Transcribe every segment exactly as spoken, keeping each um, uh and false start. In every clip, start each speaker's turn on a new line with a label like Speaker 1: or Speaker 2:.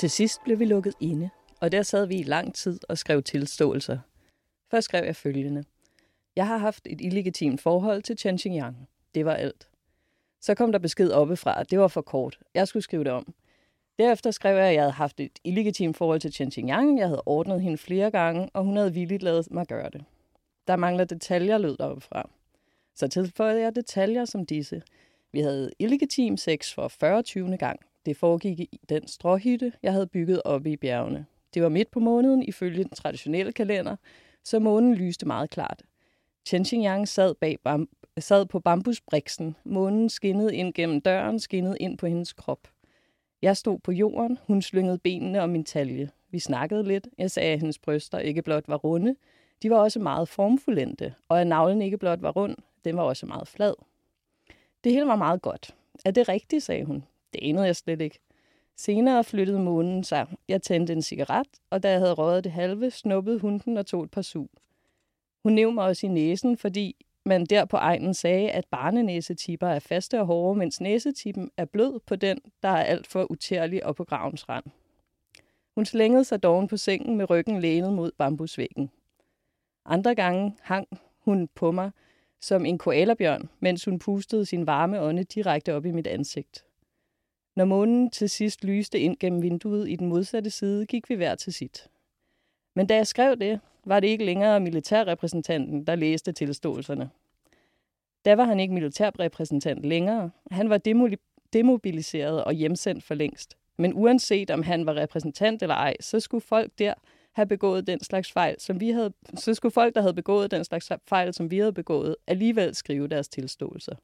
Speaker 1: Til sidst blev vi lukket inde, og der sad vi i lang tid og skrev tilståelser. Først skrev jeg følgende. Jeg har haft et illegitimt forhold til Chen Xinjiang. Det var alt. Så kom der besked oppefra, at det var for kort. Jeg skulle skrive det om. Derefter skrev jeg, at jeg havde haft et illegitimt forhold til Chen Xinjiang. Jeg havde ordnet hende flere gange, og hun havde villigt ladet mig gøre det. Der mangler detaljer, lød deroppefra. Så tilføjede jeg detaljer som disse. Vi havde illegitim sex for fyrre-tyvende gang. Det foregik i den stråhytte, jeg havde bygget oppe i bjergene. Det var midt på måneden ifølge den traditionelle kalender, så månen lyste meget klart. Chen Xinjiang sad, bag bam- sad på bambusbriksen. Månen skinnede ind gennem døren, skinnede ind på hendes krop. Jeg stod på jorden, hun slyngede benene om min talje. Vi snakkede lidt. Jeg sagde, at hendes bryster ikke blot var runde, de var også meget formfuldendte, og at navlen ikke blot var rund, den var også meget flad. Det hele var meget godt. Er det rigtigt, sagde hun. Det anede jeg slet ikke. Senere flyttede månen sig. Jeg tændte en cigaret, og da jeg havde røget det halve, snuppede hun den og tog et par sug. Hun næv mig også i næsen, fordi man der på egnen sagde, at barnenæsetipper er faste og hårde, mens næsetippen er blød på den, der er alt for utærlig og på gravens rand. Hun slængede sig doven på sengen med ryggen lænet mod bambusvæggen. Andre gange hang hun på mig som en koalabjørn, mens hun pustede sin varme ånde direkte op i mit ansigt. Når månen til sidst lyste ind gennem vinduet i den modsatte side, gik vi hver til sit. Men da jeg skrev det, var det ikke længere militærrepræsentanten, der læste tilståelserne. Da var han ikke militærrepræsentant længere. Han var demobiliseret og hjemsendt for længst. Men uanset om han var repræsentant eller ej, så skulle folk der have begået den slags fejl, som vi havde, så skulle folk, der havde begået den slags fejl, som vi havde begået, alligevel skrive deres tilståelser.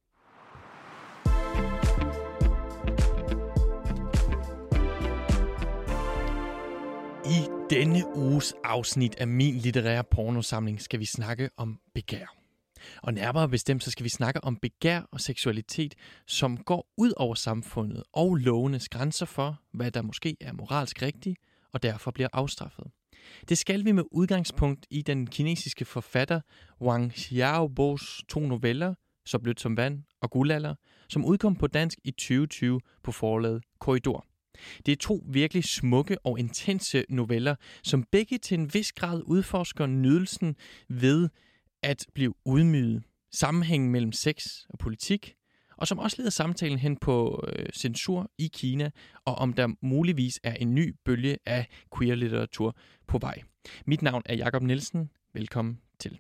Speaker 2: I denne uges afsnit af min litterære pornosamling skal vi snakke om begær. Og nærmere bestemt så skal vi snakke om begær og seksualitet, som går ud over samfundet og lovenes grænser for, hvad der måske er moralsk rigtigt og derfor bliver afstraffet. Det skal vi med udgangspunkt i den kinesiske forfatter Wang Xiaobos to noveller, Så blødt som vand og Guldalder, som udkom på dansk i tyve tyve på forlaget Korridor. Det er to virkelig smukke og intense noveller, som begge til en vis grad udforsker nydelsen ved at blive ydmyget, sammenhængen mellem sex og politik, og som også leder samtalen hen på øh, censur i Kina, og om der muligvis er en ny bølge af queer-litteratur på vej. Mit navn er Jakob Nielsen. Velkommen til.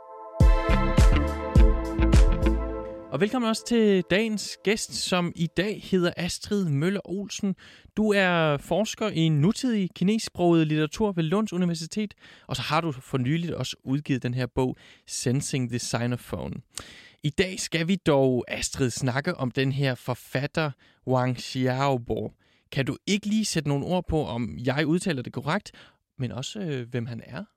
Speaker 2: Og velkommen også til dagens gæst, som i dag hedder Astrid Møller Olsen. Du er forsker i nutidig kinesisk-sproget litteratur ved Lunds Universitet, og så har du for nyligt også udgivet den her bog, Sensing the Sinophone. I dag skal vi dog, Astrid, snakke om den her forfatter, Wang Xiaobo. Kan du ikke lige sætte nogle ord på, om jeg udtaler det korrekt, men også øh, hvem han er?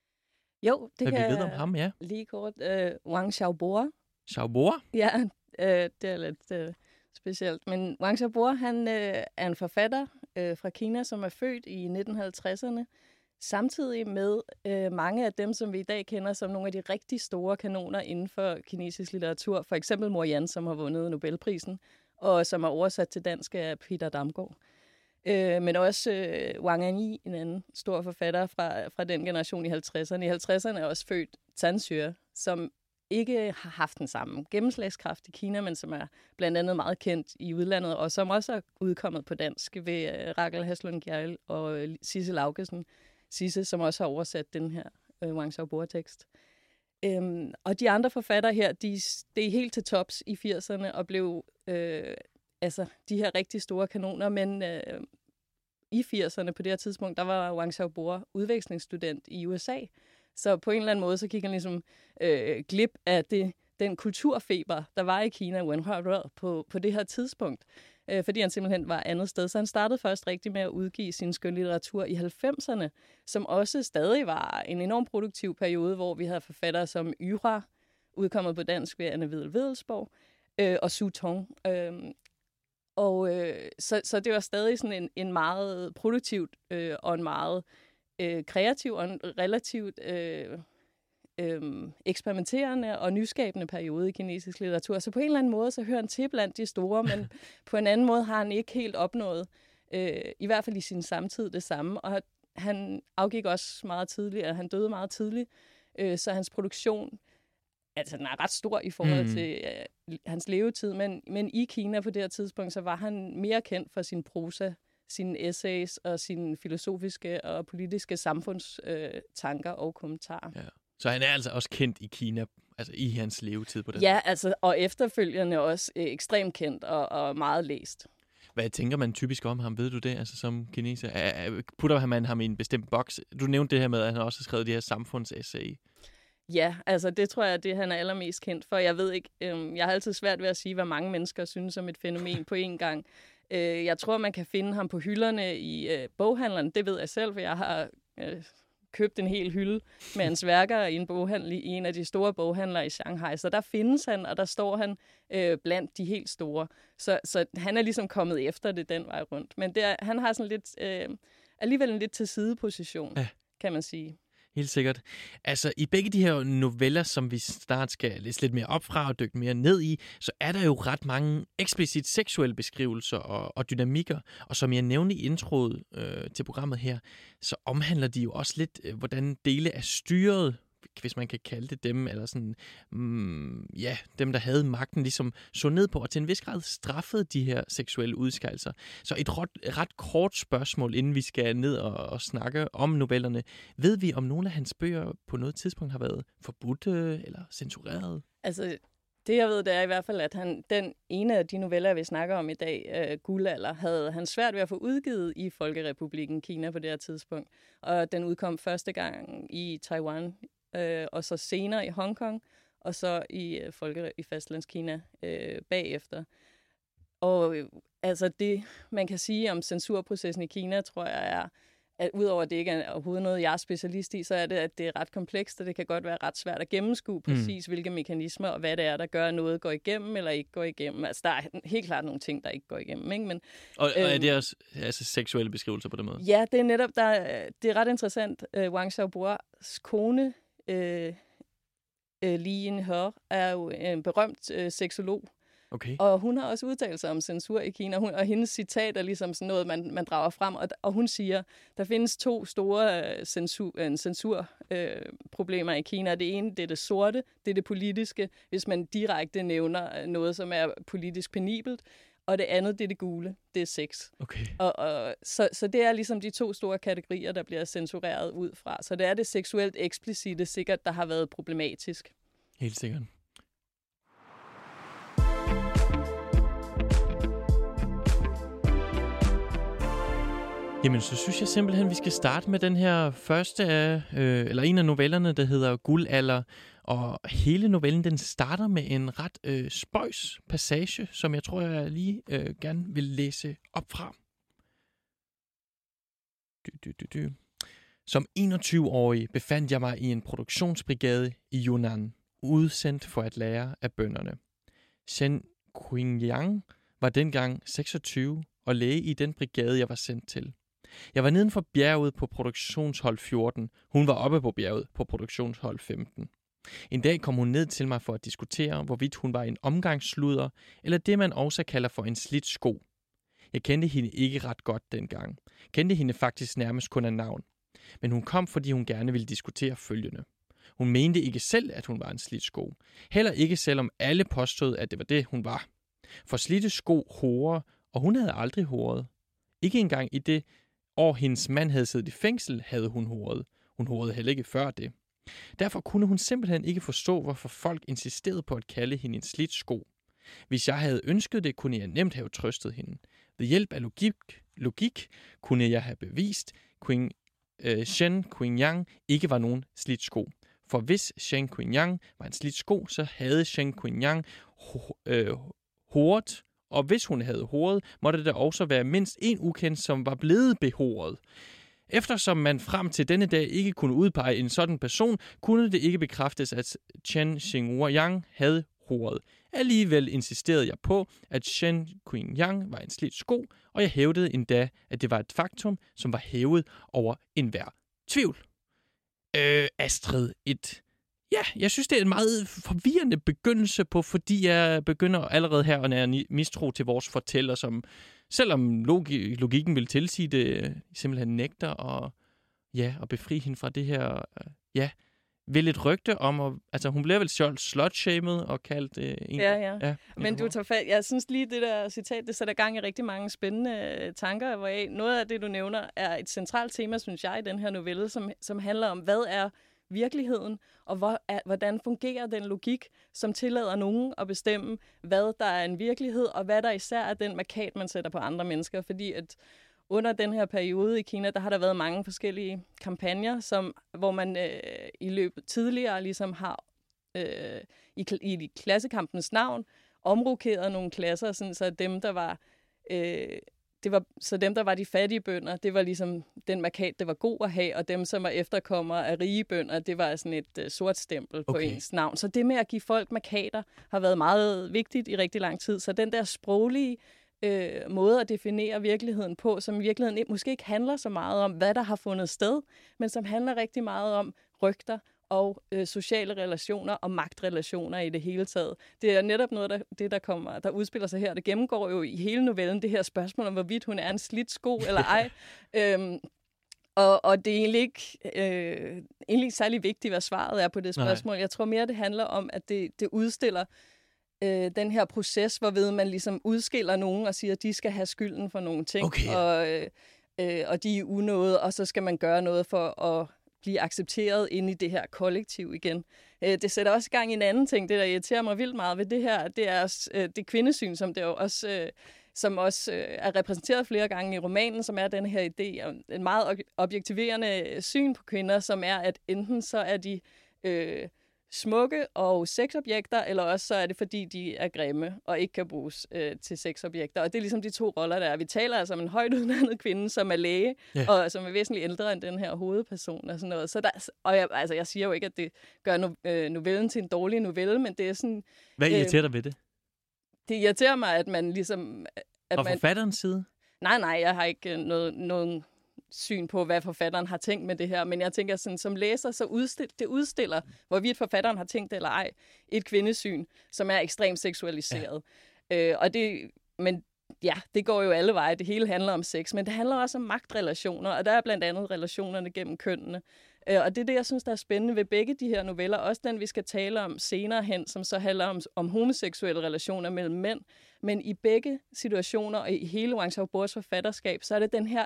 Speaker 1: Jo, det
Speaker 2: Hvad
Speaker 1: kan
Speaker 2: vi ved om ham, ja.
Speaker 1: Lige kort. Uh, Wang Xiaobo.
Speaker 2: Xiaobo?
Speaker 1: Ja, øh, det er lidt øh, specielt. Men Wang Xiaobo, han øh, er en forfatter øh, fra Kina, som er født i nitten halvtredserne. Samtidig med øh, mange af dem, som vi i dag kender som nogle af de rigtig store kanoner inden for kinesisk litteratur. For eksempel Mor Yan, som har vundet Nobelprisen, og som er oversat til dansk af Peter Damgaard. Øh, men også øh, Wang Anyi, en anden stor forfatter fra, fra den generation i halvtredserne. I halvtredserne er også født Zhan Xue, som ikke har haft den samme gennemslagskraft i Kina, men som er blandt andet meget kendt i udlandet, og som også er udkommet på dansk ved uh, Rakel Haslund Gjærl og uh, Sisse Laugesen. Sisse, som også har oversat den her uh, Wang Xiaobo-tekst. Um, og de andre forfattere her, de, de er helt til tops i firserne og blev uh, altså de her rigtig store kanoner, men uh, i firserne på det her tidspunkt, der var Wang Xiaobo udvekslingsstudent i U S A. Så på en eller anden måde, så gik han ligesom øh, glip af det, den kulturfeber, der var i Kina, på, på det her tidspunkt. Øh, fordi han simpelthen var andet sted. Så han startede først rigtig med at udgive sin skønlitteratur i halvfemserne, som også stadig var en enormt produktiv periode, hvor vi havde forfattere som Yra, udkommet på dansk ved Anne Vedel Vedelsborg, øh, og Su Tong. Øh, og øh, så, så det var stadig sådan en, en meget produktivt øh, og en meget Øh, kreativ og en relativt øh, øh, eksperimenterende og nyskabende periode i kinesisk litteratur. Så på en eller anden måde, så hører han til blandt de store, men på en anden måde har han ikke helt opnået øh, i hvert fald i sin samtid det samme, og han afgik også meget tidligt, og han døde meget tidligt, øh, så hans produktion, altså den er ret stor i forhold mm. til øh, hans levetid, men, men i Kina på det her tidspunkt, så var han mere kendt for sin prosa, sine essays og sine filosofiske og politiske samfundstanker øh, og kommentarer.
Speaker 2: Ja. Så han er altså også kendt i Kina, altså i hans levetid på den.
Speaker 1: Ja, altså, og efterfølgende også øh, ekstremt kendt og, og meget læst.
Speaker 2: Hvad tænker man typisk om ham? Ved du det, altså som kineser? Putter man ham i en bestemt boks? Du nævnte det her med, at han også har skrevet de her samfundsessay.
Speaker 1: Ja, altså det tror jeg er det, han er allermest kendt for. Jeg ved ikke, øh, jeg har altid svært ved at sige, hvad mange mennesker synes om et fænomen på én gang. Øh, jeg tror, man kan finde ham på hylderne i øh, boghandleren. Det ved jeg selv, for jeg har øh, købt en hel hylde med hans værker i en boghandel i en af de store boghandlere i Shanghai. Så der findes han, og der står han øh, blandt de helt store. Så, så han er ligesom kommet efter det den vej rundt. Men det er, han har sådan lidt, øh, alligevel en lidt til sideposition, ja. Kan man sige.
Speaker 2: Helt sikkert. Altså, i begge de her noveller, som vi snart skal læse lidt mere op fra og dykke mere ned i, så er der jo ret mange eksplicit seksuelle beskrivelser og, og dynamikker. Og som jeg nævnte i introet øh, til programmet her, så omhandler de jo også lidt, øh, hvordan dele af styret, hvis man kan kalde det dem, eller sådan, mm, ja, dem, der havde magten, ligesom så ned på, og til en vis grad straffede de her seksuelle udskejelser. Så et ret, ret kort spørgsmål, inden vi skal ned og, og snakke om novellerne. Ved vi, om nogle af hans bøger på noget tidspunkt har været forbudte eller censureret?
Speaker 1: Altså, det jeg ved, det er i hvert fald, at han, den ene af de noveller, vi snakker om i dag, uh, Guldalder, havde han svært ved at få udgivet i Folkerepublikken Kina på det her tidspunkt. Og den udkom første gang i Taiwan, Øh, og så senere i Hongkong, og så i øh, Folke i Fastlandskina øh, bagefter. Og øh, altså det, man kan sige om censurprocessen i Kina, tror jeg er, at udover at det ikke er overhovedet noget, jeg er specialist i, så er det, at det er ret komplekst, og det kan godt være ret svært at gennemskue præcis, mm. hvilke mekanismer og hvad det er, der gør, at noget går igennem eller ikke går igennem. Altså, der er helt klart nogle ting, der ikke går igennem, ikke? Men,
Speaker 2: og, øhm, og er det også altså, seksuelle beskrivelser på den måde?
Speaker 1: Ja, det er netop, der, det er ret interessant. Uh, Wang Xiaobo's kone, uh, uh, Li Yinhe, er jo en berømt uh, seksolog.
Speaker 2: Okay. Og
Speaker 1: hun har også udtalt sig om censur i Kina, hun, og hendes citat er ligesom sådan noget, man, man drager frem, og, og hun siger, der findes to store uh, censur, uh, censurproblemer uh, i Kina. Det ene, det er det sorte, det er det politiske, hvis man direkte nævner noget, som er politisk penibelt, og det andet, det er det gule, det er sex.
Speaker 2: Okay.
Speaker 1: Og, og, så, så det er ligesom de to store kategorier, der bliver censureret ud fra. Så det er det seksuelt eksplicite sikkert, der har været problematisk.
Speaker 2: Helt sikkert. Jamen, så synes jeg simpelthen, vi skal starte med den her første af, øh, eller en af novellerne, der hedder Guldalder. Og hele novellen, den starter med en ret øh, spøjs passage, som jeg tror, jeg lige øh, gerne vil læse op fra. Dy, dy, dy, dy. Som enogtyve-årig befandt jeg mig i en produktionsbrigade i Yunnan, udsendt for at lære af bønderne. Shen Qingyang var dengang seksogtyve og læge i den brigade, jeg var sendt til. Jeg var neden for bjerget på produktionshold fjorten. Hun var oppe på bjerget på produktionshold femten. En dag kom hun ned til mig for at diskutere, hvorvidt hun var en omgangssludder, eller det man også kalder for en slidt sko. Jeg kendte hende ikke ret godt dengang. Kendte hende faktisk nærmest kun af navn. Men hun kom, fordi hun gerne ville diskutere følgende. Hun mente ikke selv, at hun var en slidt sko. Heller ikke selvom alle påstod, at det var det, hun var. For slidte sko horer, og hun havde aldrig horet. Ikke engang i det år, hendes mand havde siddet i fængsel, havde hun horet. Hun horede heller ikke før det. Derfor kunne hun simpelthen ikke forstå, hvorfor folk insisterede på at kalde hende en slidt sko. Hvis jeg havde ønsket det, kunne jeg nemt have trøstet hende. Ved hjælp af logik, logik kunne jeg have bevist, at øh, Shen Qingyang ikke var nogen slidt sko. For hvis Shen Qingyang var en slidt sko, så havde Shen Qingyang ho- øh, horet, og hvis hun havde horet, måtte der også være mindst en ukendt, som var blevet behoret. Eftersom man frem til denne dag ikke kunne udpege en sådan person, kunne det ikke bekræftes, at Chen Xingyang havde horet. Alligevel insisterede jeg på, at Shen Qingyang var en slidt sko, og jeg hævdede endda, at det var et faktum, som var hævet over enhver tvivl. Øh, Astrid, et... Ja, jeg synes, det er en meget forvirrende begyndelse på, fordi jeg begynder allerede her at nære mistro til vores fortæller, som, selvom logi- logikken vil tilsige det, simpelthen nægter at, ja, at befri hende fra det her, øh, ja, vil et rygte om, at, altså hun bliver vel slut-shamed og kaldt øh, en...
Speaker 1: Ja, ja.
Speaker 2: ja
Speaker 1: Men du tager fat, jeg synes lige, det der citat, det sætter gang i rigtig mange spændende tanker, hvor noget af det, du nævner, er et centralt tema, synes jeg, i den her novelle, som, som handler om, hvad er virkeligheden, og hvor, er, hvordan fungerer den logik, som tillader nogen at bestemme, hvad der er en virkelighed, og hvad der især er den markat, man sætter på andre mennesker. Fordi at under den her periode i Kina, der har der været mange forskellige kampagner, som, hvor man øh, i løbet tidligere ligesom har øh, i, i klassekampens navn omrokeret nogle klasser, sådan, så dem, der var... Øh, Det var, så dem, der var de fattige bønder, det var ligesom den markat, det var god at have, og dem, som var efterkommere af rige bønder, det var sådan et uh, sort stempel på okay. ens navn. Så det med at give folk markater har været meget vigtigt i rigtig lang tid. Så den der sproglige øh, måde at definere virkeligheden på, som i virkeligheden måske ikke handler så meget om, hvad der har fundet sted, men som handler rigtig meget om rygter og øh, sociale relationer og magtrelationer i det hele taget. Det er netop noget, der, det, der, kommer, der udspiller sig her. Det gennemgår jo i hele novellen det her spørgsmål om, hvorvidt hun er en slidt sko eller ej. øhm, og, og det er egentlig ikke, øh, egentlig ikke særlig vigtigt, hvad svaret er på det spørgsmål. Nej. Jeg tror mere, det handler om, at det, det udstiller øh, den her proces, hvorved man ligesom udskiller nogen og siger, at de skal have skylden for nogle ting.
Speaker 2: Okay.
Speaker 1: Og, øh, og de er unåde, og så skal man gøre noget for at blive accepteret ind i det her kollektiv igen. Det sætter også i gang i en anden ting, det der irriterer mig vildt meget ved det her, det er det kvindesyn, som det jo også, som også er repræsenteret flere gange i romanen, som er den her idé om en meget objektiverende syn på kvinder, som er, at enten så er de øh, smukke og sexobjekter, eller også så er det, fordi de er grimme og ikke kan bruges øh, til sexobjekter. Og det er ligesom de to roller, der er. Vi taler altså om en højt uddannet kvinde, som er læge, yeah. og som er væsentligt ældre end den her hovedperson og sådan noget. Så der, og jeg, altså, jeg siger jo ikke, at det gør no, øh, novellen til en dårlig novelle, men det er sådan...
Speaker 2: Hvad irriterer dig øh, ved det?
Speaker 1: Det irriterer mig, at man ligesom... At
Speaker 2: og
Speaker 1: man,
Speaker 2: forfatterens side?
Speaker 1: Nej, nej, jeg har ikke noget... noget syn på, hvad forfatteren har tænkt med det her, men jeg tænker sådan, som læser, så udstil, det udstiller, hvorvidt forfatteren har tænkt eller ej, et kvindesyn, som er ekstremt seksualiseret. Ja. Øh, og det, men ja, det går jo alle veje, det hele handler om sex, men det handler også om magtrelationer, og der er blandt andet relationerne gennem kønnene. Øh, og det er det, jeg synes, der er spændende ved begge de her noveller, også den, vi skal tale om senere hen, som så handler om, om homoseksuelle relationer mellem mænd, men i begge situationer, og i hele Wang Xiaobo's forfatterskab, så er det den her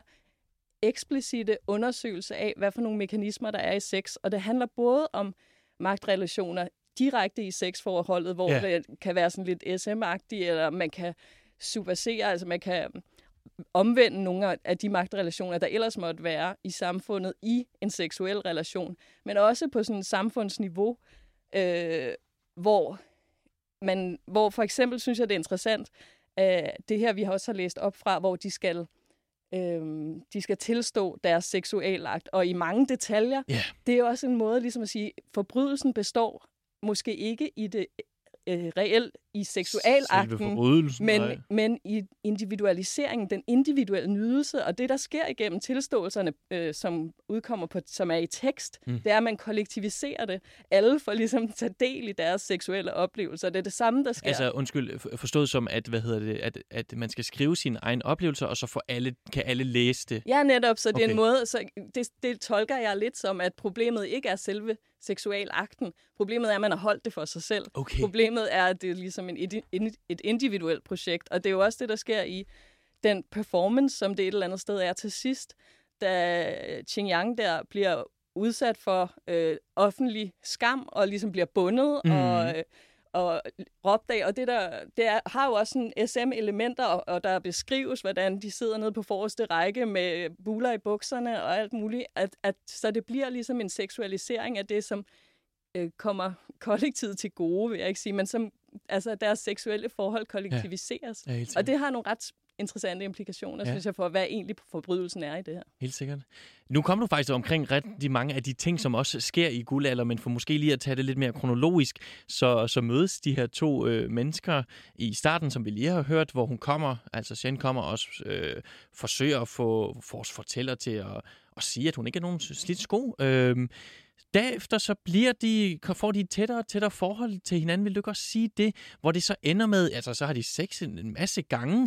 Speaker 1: eksplicite undersøgelse af, hvad for nogle mekanismer, der er i sex. Og det handler både om magtrelationer direkte i sexforholdet, hvor yeah. det kan være sådan lidt S M-agtigt, eller man kan subversere, altså man kan omvende nogle af de magtrelationer, der ellers måtte være i samfundet i en seksuel relation, men også på sådan et samfundsniveau, øh, hvor man, hvor for eksempel synes jeg, det er interessant, øh, det her, vi har også har læst op fra, hvor de skal Øhm, de skal tilstå deres seksualakt, og i mange detaljer. Yeah. Det er også en måde ligesom at sige, forbrydelsen består måske ikke i det øh, reelt i seksualakten, men, men i individualiseringen, den individuelle nydelse, og det, der sker igennem tilståelserne, øh, som udkommer på, som er i tekst, mm. det er, at man kollektiviserer det. Alle får ligesom tage del i deres seksuelle oplevelser. Det er det samme, der sker.
Speaker 2: Altså, undskyld, forstået som, at, hvad hedder det, at, at man skal skrive sine egne oplevelser, og så får alle, kan alle læse det?
Speaker 1: Ja, netop. Så okay. det er en måde, så det, det tolker jeg lidt som, at problemet ikke er selve seksualakten. Problemet er, at man har holdt det for sig selv. Okay. Problemet er, at det er ligesom en, et individuelt projekt, og det er jo også det, der sker i den performance, som det et eller andet sted er til sidst, da Qingyang der bliver udsat for øh, offentlig skam, og ligesom bliver bundet, mm. og, øh, og råbt af, og det, der, det er, har jo også sådan S M-elementer, og, og der beskrives, hvordan de sidder nede på forreste række med buler i bukserne og alt muligt, at, at, så det bliver ligesom en seksualisering af det, som øh, kommer kollektivet til gode, vil jeg ikke sige, men som altså deres seksuelle forhold kollektiviseres. Ja, og det har nogle ret interessante implikationer, ja. synes jeg, for hvad egentlig forbrydelsen er i det her.
Speaker 2: Helt sikkert. Nu kommer du faktisk omkring rigtig mange af de ting, som også sker i guldalder, men for måske lige at tage det lidt mere kronologisk, så, så mødes de her to øh, mennesker i starten, som vi lige har hørt, hvor hun kommer, altså Shen kommer og også øh, forsøger at få vores fortæller til at, at sige, at hun ikke er nogen slidt sko. Øh, Derefter så bliver de, får de et tættere og tættere forhold til hinanden. Vil du ikke også sige det? Hvor det så ender med, altså så har de sex en masse gange,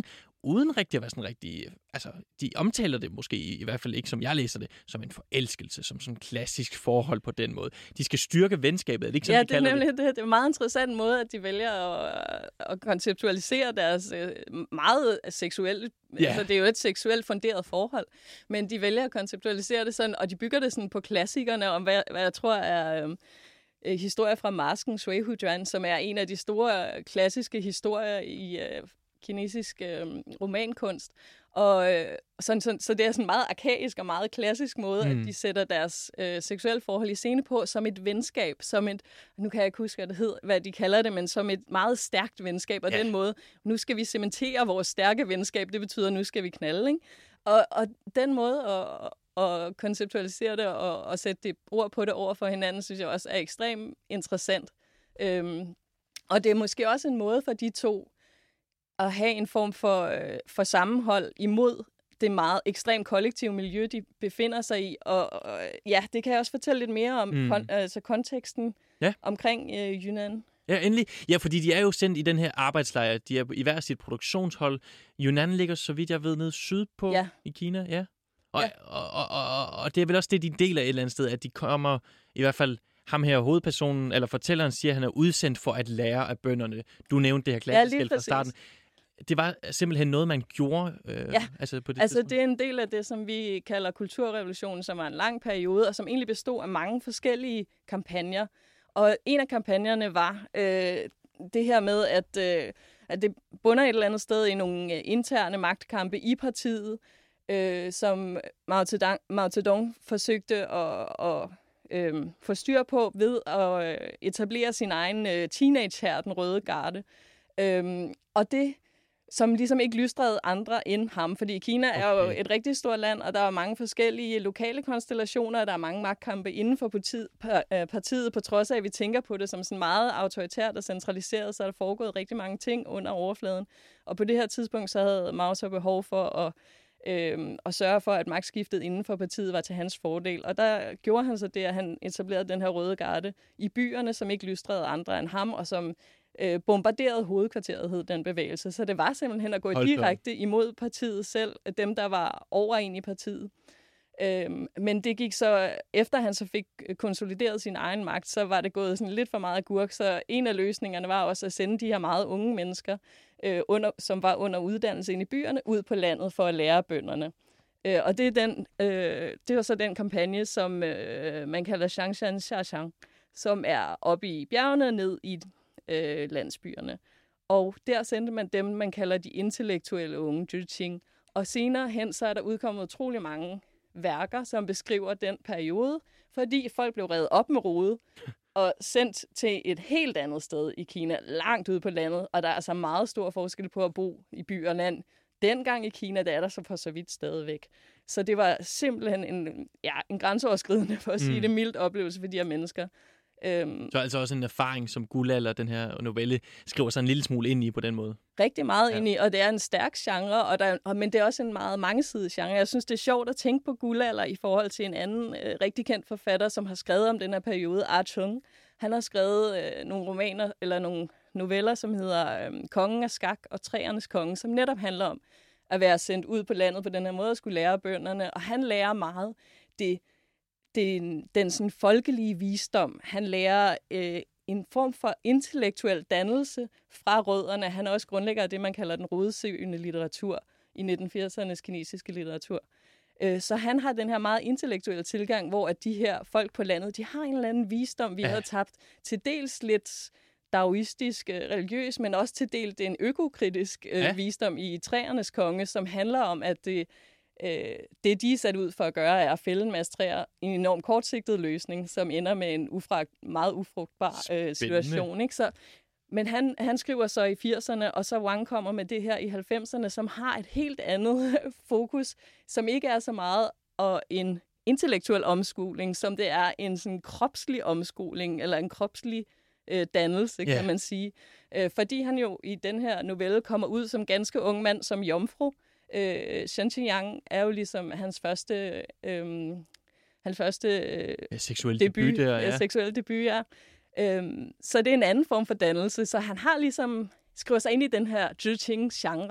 Speaker 2: uden rigtig at være sådan rigtig... Altså, de omtaler det måske, i, i hvert fald ikke, som jeg læser det, som en forelskelse, som sådan en klassisk forhold på den måde. De skal styrke venskabet, er det ikke sådan,
Speaker 1: ja,
Speaker 2: de
Speaker 1: det er
Speaker 2: kalder
Speaker 1: nemlig
Speaker 2: det?
Speaker 1: det. Det er en meget interessant måde, at de vælger at, at konceptualisere deres øh, meget seksuelle...
Speaker 2: Ja.
Speaker 1: Altså, det er jo et seksuelt funderet forhold, men de vælger at konceptualisere det sådan, og de bygger det sådan på klassikerne om, hvad, hvad jeg tror er... Øh, historier fra masken, Shui Hujuan, som er en af de store klassiske historier i øh, kinesisk øh, romankunst. Og øh, sådan, sådan, så det er sådan en meget arkaisk og meget klassisk måde, mm. at de sætter deres øh, seksuelle forhold i scene på som et venskab, som et, nu kan jeg ikke huske, hvad det hedder, hvad de kalder det, men som et meget stærkt venskab. Og ja. Den måde, nu skal vi cementere vores stærke venskab, det betyder, nu skal vi knalde, ikke? Og, og den måde at og konceptualisere det og, og sætte det ord på det over for hinanden, synes jeg også er ekstremt interessant. Øhm, og det er måske også en måde for de to at have en form for, øh, for sammenhold imod det meget ekstremt kollektive miljø, de befinder sig i. Og, og ja, det kan jeg også fortælle lidt mere om mm. kon- altså konteksten ja. omkring øh, Yunnan.
Speaker 2: Ja, endelig. Ja, fordi de er jo sendt i den her arbejdslejr. De er i hver sit produktionshold. Yunnan ligger, så vidt jeg ved, nede sydpå ja. i Kina. Ja. Og, ja. og, og, og, og det er vel også det, de deler et eller andet sted, at de kommer, i hvert fald ham her hovedpersonen, eller fortælleren siger, at han er udsendt for at lære af bønderne. Du nævnte det her klassisk ja, fra starten. Det var simpelthen noget, man gjorde øh,
Speaker 1: ja.
Speaker 2: altså på det
Speaker 1: altså
Speaker 2: tidspunkt.
Speaker 1: Det er en del af det, som vi kalder kulturrevolutionen, som var en lang periode, og som egentlig bestod af mange forskellige kampagner. Og en af kampagnerne var øh, det her med, at, øh, at det bunder et eller andet sted i nogle interne magtkampe i partiet, Øh, som Mao Zedong, Mao Zedong forsøgte at, at øh, få styr på ved at etablere sin egen øh, teenage-hær, den røde garde. Øh, og det, som ligesom ikke lystrede andre end ham, fordi Kina okay. er jo et rigtig stort land, og der er mange forskellige lokale konstellationer, og der er mange magtkampe inden for partiet, partiet, på trods af, at vi tænker på det som sådan meget autoritært og centraliseret, så er der foregået rigtig mange ting under overfladen. Og på det her tidspunkt, så havde Mao så behov for at Øhm, og sørge for, at magtskiftet inden for partiet var til hans fordel. Og der gjorde han så det, at han etablerede den her røde garde i byerne, som ikke lystrede andre end ham, og som øh, bombarderede hovedkvarteret, hed den bevægelse. Så det var simpelthen at gå Hold direkte da. imod partiet selv, dem der var over en i partiet. Øhm, men det gik så, efter han så fik konsolideret sin egen magt, så var det gået sådan lidt for meget agurk, så en af løsningerne var også at sende de her meget unge mennesker, øh, under, som var under uddannelse ind i byerne, ud på landet for at lære bønderne. Øh, og det, er den, øh, det var så den kampagne, som øh, man kalder Shangshan Xiaxiang, som er oppe i bjergene ned i øh, landsbyerne. Og der sendte man dem, man kalder de intellektuelle unge, Zhiqing. Og senere hen, så er der udkommet utrolig mange værker, som beskriver den periode, fordi folk blev revet op med rode og sendt til et helt andet sted i Kina, langt ude på landet, og der er altså meget stor forskel på at bo i by og land. Dengang i Kina, der er der så for så vidt stadigvæk. Så det var simpelthen en, ja, en grænseoverskridende, for at sige mm. det mildt, oplevelse for de her mennesker. Øhm,
Speaker 2: så altså også en erfaring, som Guldalder, den her novelle, skriver sig en lille smule ind i på den måde.
Speaker 1: Rigtig meget ja. ind i, og det er en stærk genre, og der, og, men det er også en meget mangesidig genre. Jeg synes, det er sjovt at tænke på Guldalder i forhold til en anden øh, rigtig kendt forfatter, som har skrevet om den her periode, Ah Chung. Han har skrevet øh, nogle romaner, eller nogle noveller, som hedder øh, Kongen af Skak og Træernes Konge, som netop handler om at være sendt ud på landet på den her måde, at skulle lære bønderne, og han lærer meget det Det er den sådan folkelige visdom. Han lærer øh, en form for intellektuel dannelse fra rødderne. Han er også grundlægger af det, man kalder den rodsøgende litteratur i nitten firsernes kinesiske litteratur. Øh, så han har den her meget intellektuelle tilgang, hvor at de her folk på landet, de har en eller anden visdom, vi ja. havde tabt. Til dels lidt daoistisk, religiøs, men også til dels en økokritisk øh, ja. visdom i Træernes Konge, som handler om, at det Øh, det, de er sat ud for at gøre, er at fælde en masse træer i en enormt kortsigtet løsning, som ender med en ufra- meget ufrugtbar øh, situation. Ikke? Så, men han, han skriver så i firserne, og så Wang kommer med det her i halvfemserne, som har et helt andet fokus, som ikke er så meget og en intellektuel omskoling, som det er en sådan kropslig omskoling, eller en kropslig øh, dannelse, yeah. kan man sige. Øh, fordi han jo i den her novelle kommer ud som ganske ung mand, som jomfru. Øh, Shen Qingyang er jo ligesom hans første, øh, hans første øh,
Speaker 2: ja, seksuel
Speaker 1: debut,
Speaker 2: debut der, ja.
Speaker 1: ja, seksuel debut, ja. Øh, så det er en anden form for dannelse, så han har ligesom skriver sig ind i den her Zhiqing-genre,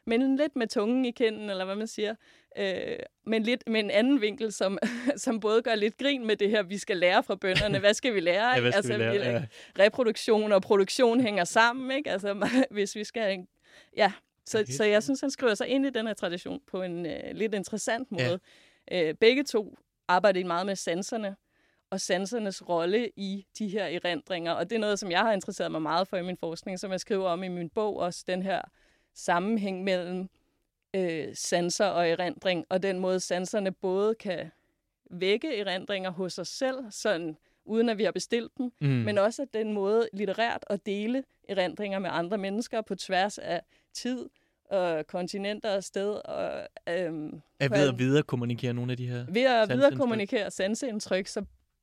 Speaker 1: men lidt med tungen i kinden, eller hvad man siger. Øh, men lidt med en anden vinkel, som, som både gør lidt grin med det her, vi skal lære fra bønderne. Hvad skal vi lære?
Speaker 2: ja, hvad skal
Speaker 1: altså,
Speaker 2: vi lære? Ja.
Speaker 1: Reproduktion og produktion hænger sammen, ikke? Altså, hvis vi skal... Ja, så, så jeg synes, han skriver sig ind i den her tradition på en øh, lidt interessant måde. Ja. Øh, begge to arbejder meget med sanserne, og sansernes rolle i de her erindringer. Og det er noget, som jeg har interesseret mig meget for i min forskning, som jeg skriver om i min bog, også den her sammenhæng mellem øh, sanser og erindring, og den måde, sanserne både kan vække erindringer hos os selv, sådan uden at vi har bestilt dem, mm. men også den måde litterært at dele erindringer med andre mennesker på tværs af tid, og kontinenter og sted. Og, øhm,
Speaker 2: er ved at videre kommunikere nogle af de her
Speaker 1: Ved at videre kommunikere sanseindtryk, så,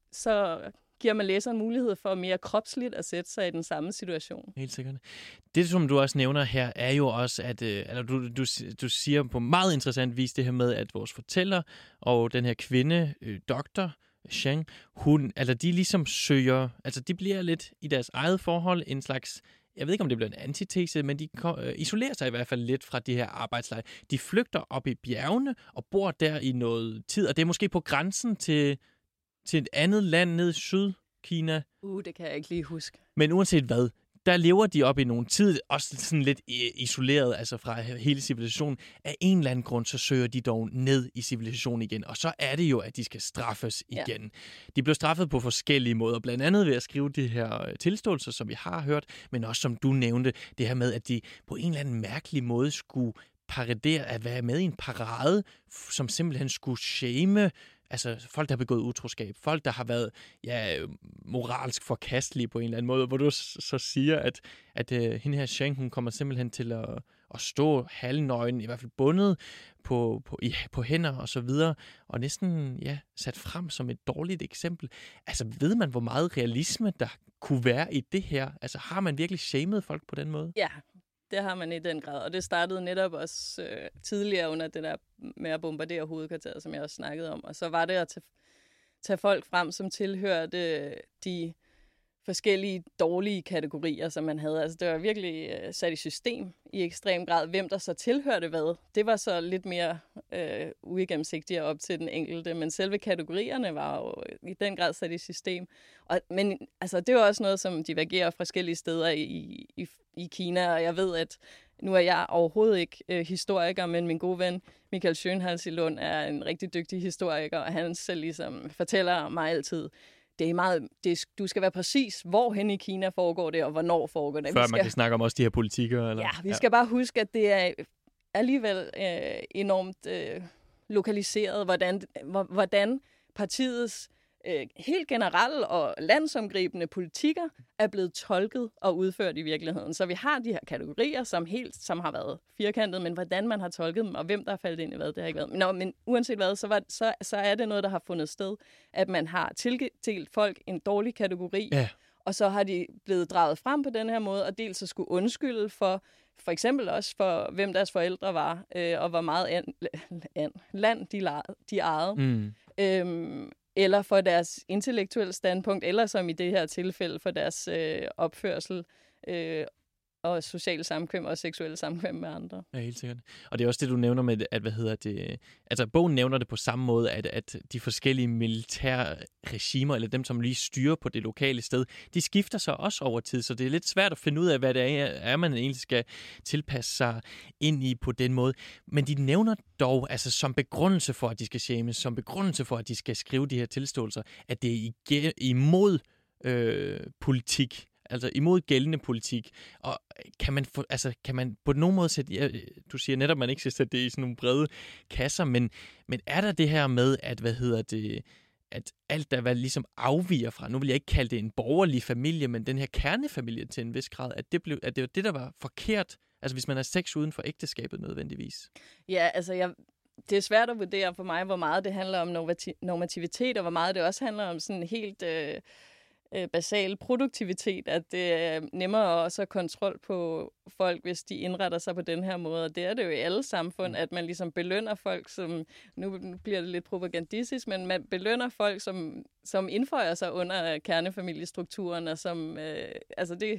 Speaker 1: så giver man læseren mulighed for mere kropsligt at sætte sig i den samme situation.
Speaker 2: Helt sikkert. Det, som du også nævner her, er jo også, at øh, eller du, du, du siger på meget interessant vis det her med, at vores fortæller og den her kvinde, øh, doktor, Sheng, hun, altså de ligesom søger, altså de bliver lidt i deres eget forhold en slags, jeg ved ikke om det bliver en antitese, men de øh, isolerer sig i hvert fald lidt fra de her arbejdslejre. De flygter op i bjergene og bor der i noget tid, og det er måske på grænsen til, til et andet land nede i Sydkina.
Speaker 1: Uh, det kan jeg ikke lige huske.
Speaker 2: Men uanset hvad, der lever de op i nogle tid, også sådan lidt isoleret altså fra hele civilisationen. Af en eller anden grund, så søger de dog ned i civilisationen igen. Og så er det jo, at de skal straffes igen. Ja. De bliver straffet på forskellige måder, blandt andet ved at skrive de her tilståelser, som vi har hørt, men også som du nævnte, det her med, at de på en eller anden mærkelig måde skulle paradere at være med i en parade, som simpelthen skulle shame altså folk, der har begået utroskab, folk, der har været ja, moralsk forkastelige på en eller anden måde, hvor du så siger, at, at uh, hende her Sheng, hun kommer simpelthen til at, at stå halvnøgen, i hvert fald bundet på, på, i, på hænder og så videre, og næsten ja, sat frem som et dårligt eksempel. Altså ved man, hvor meget realisme der kunne være i det her? Altså har man virkelig shamed folk på den måde?
Speaker 1: Ja, det har man i den grad, og det startede netop også øh, tidligere under det der med at bombardere hovedkvarteret, som jeg også snakkede om. Og så var det at tage, tage folk frem, som tilhørte de forskellige dårlige kategorier, som man havde. Altså det var virkelig øh, sat i system i ekstrem grad, hvem der så tilhørte hvad. Det var så lidt mere øh, uigennemsigtigt op til den enkelte, men selve kategorierne var jo i den grad sat i system. Og, men altså, det var også noget, som divergerer forskellige steder i, i, i Kina, og jeg ved, at nu er jeg overhovedet ikke øh, historiker, men min gode ven Michael Schönhals i Lund er en rigtig dygtig historiker, og han selv ligesom fortæller mig altid, det er meget, det er, du skal være præcis, hvorhen i Kina foregår det, og hvornår foregår det.
Speaker 2: Før
Speaker 1: vi skal,
Speaker 2: man kan snakke om også de her politikker? Eller?
Speaker 1: Ja, vi skal ja. bare huske, at det er alligevel øh, enormt øh, lokaliseret, hvordan, hvordan partiets øh, helt generelle og landsomgribende politikker er blevet tolket og udført i virkeligheden. Så vi har de her kategorier, som helt som har været firkantet, men hvordan man har tolket dem, og hvem der er faldet ind i hvad, det har ikke været. Nå, men uanset hvad, så, var, så, så er det noget, der har fundet sted, at man har tildelt folk en dårlig kategori, ja. Og så har de blevet draget frem på den her måde, og dels så skulle undskylde for, for eksempel også for, hvem deres forældre var, øh, og hvor meget an, an, land de, la, de ejede. Mm. Øhm, eller for deres intellektuelle standpunkt, eller som i det her tilfælde for deres øh, opførsel øh, og social samkvem og seksuelle samkvem med andre.
Speaker 2: Ja, helt sikkert. Og det er også det, du nævner med, at hvad hedder det, altså bogen nævner det på samme måde, at, at de forskellige militære regimer, eller dem, som lige styrer på det lokale sted, de skifter sig også over tid, så det er lidt svært at finde ud af, hvad det er, er man egentlig skal tilpasse sig ind i på den måde. Men de nævner dog, altså som begrundelse for, at de skal shames, som begrundelse for, at de skal skrive de her tilståelser, at det er imod øh, politik, altså imod gældende politik. Og kan man, få, altså, kan man på nogen måde sætte, ja, du siger netop, at man ikke skal sætte det i sådan nogle brede kasser, men, men er der det her med, at hvad hedder det, at alt der hvad ligesom afviger fra, nu vil jeg ikke kalde det en borgerlig familie, men den her kernefamilie til en vis grad, at det, blev, at det var det, der var forkert, altså hvis man er sex uden for ægteskabet nødvendigvis?
Speaker 1: Ja, altså jeg, det er svært at vurdere for mig, hvor meget det handler om normativitet, og hvor meget det også handler om sådan helt øh, øh, basal produktivitet, at det er nemmere også at kontrol på folk, hvis de indretter sig på den her måde. Og det er det jo i alle samfund, at man ligesom belønner folk, som, nu bliver det lidt propagandistisk, men man belønner folk, som, som indføjer sig under kernefamiliestrukturen, og som, øh, altså det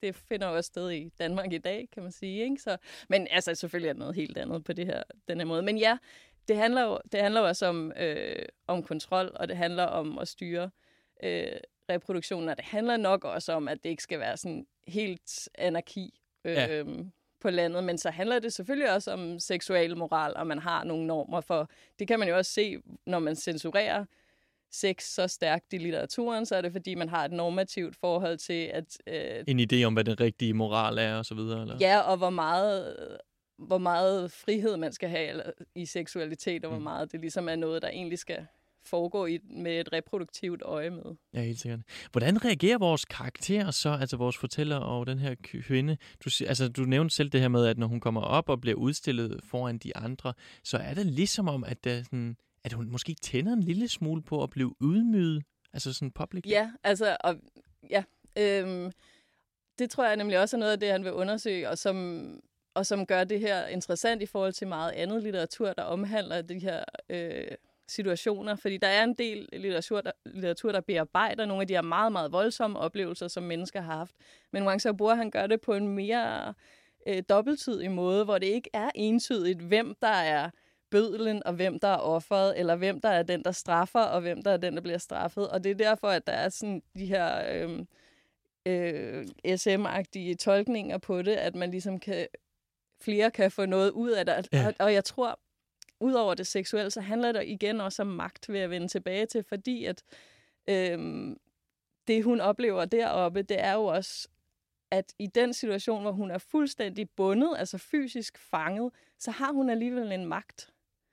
Speaker 1: det finder også sted i Danmark i dag, kan man sige. Ikke? Så, men altså, selvfølgelig er det noget helt andet på det her, den her måde. Men ja, det handler jo, det handler jo også om, øh, om kontrol, og det handler om at styre øh, reproduktionen, og det handler nok også om, at det ikke skal være sådan helt anarki øh, ja. på landet, men så handler det selvfølgelig også om seksuel moral, og man har nogle normer for, det kan man jo også se, når man censurerer sex så stærkt i litteraturen, så er det fordi, man har et normativt forhold til, at... Øh,
Speaker 2: en idé om, hvad den rigtige moral er, og så videre, eller?
Speaker 1: Ja, og hvor meget, hvor meget frihed man skal have eller, i seksualitet, og mm. hvor meget det ligesom er noget, der egentlig skal foregå i, med et reproduktivt øje med.
Speaker 2: Ja, helt sikkert. Hvordan reagerer vores karakterer så, altså vores fortæller og den her kvinde? Du, altså, du nævnte selv det her med, at når hun kommer op og bliver udstillet foran de andre, så er det ligesom om, at der sådan... at hun måske tænder en lille smule på at blive ydmyget, altså sådan public?
Speaker 1: Ja, altså, og, ja, øhm, det tror jeg nemlig også er noget af det, han vil undersøge, og som, og som gør det her interessant i forhold til meget andet litteratur, der omhandler de her øh, situationer. Fordi der er en del litteratur der, litteratur, der bearbejder nogle af de her meget, meget voldsomme oplevelser, som mennesker har haft. Men Wang Xiaobo, han gør det på en mere øh, dobbelttydig måde, hvor det ikke er entydigt, hvem der er bødlen, og hvem der er offeret, eller hvem der er den, der straffer, og hvem der er den, der bliver straffet. Og det er derfor, at der er sådan de her øh, øh, S M-agtige tolkninger på det, at man ligesom kan, flere kan få noget ud af det. Ja. Og, og jeg tror, ud over det seksuelle, så handler det igen også om magt, ved at vende tilbage til, fordi at øh, det, hun oplever deroppe, det er jo også, at i den situation, hvor hun er fuldstændig bundet, altså fysisk fanget, så har hun alligevel en magt.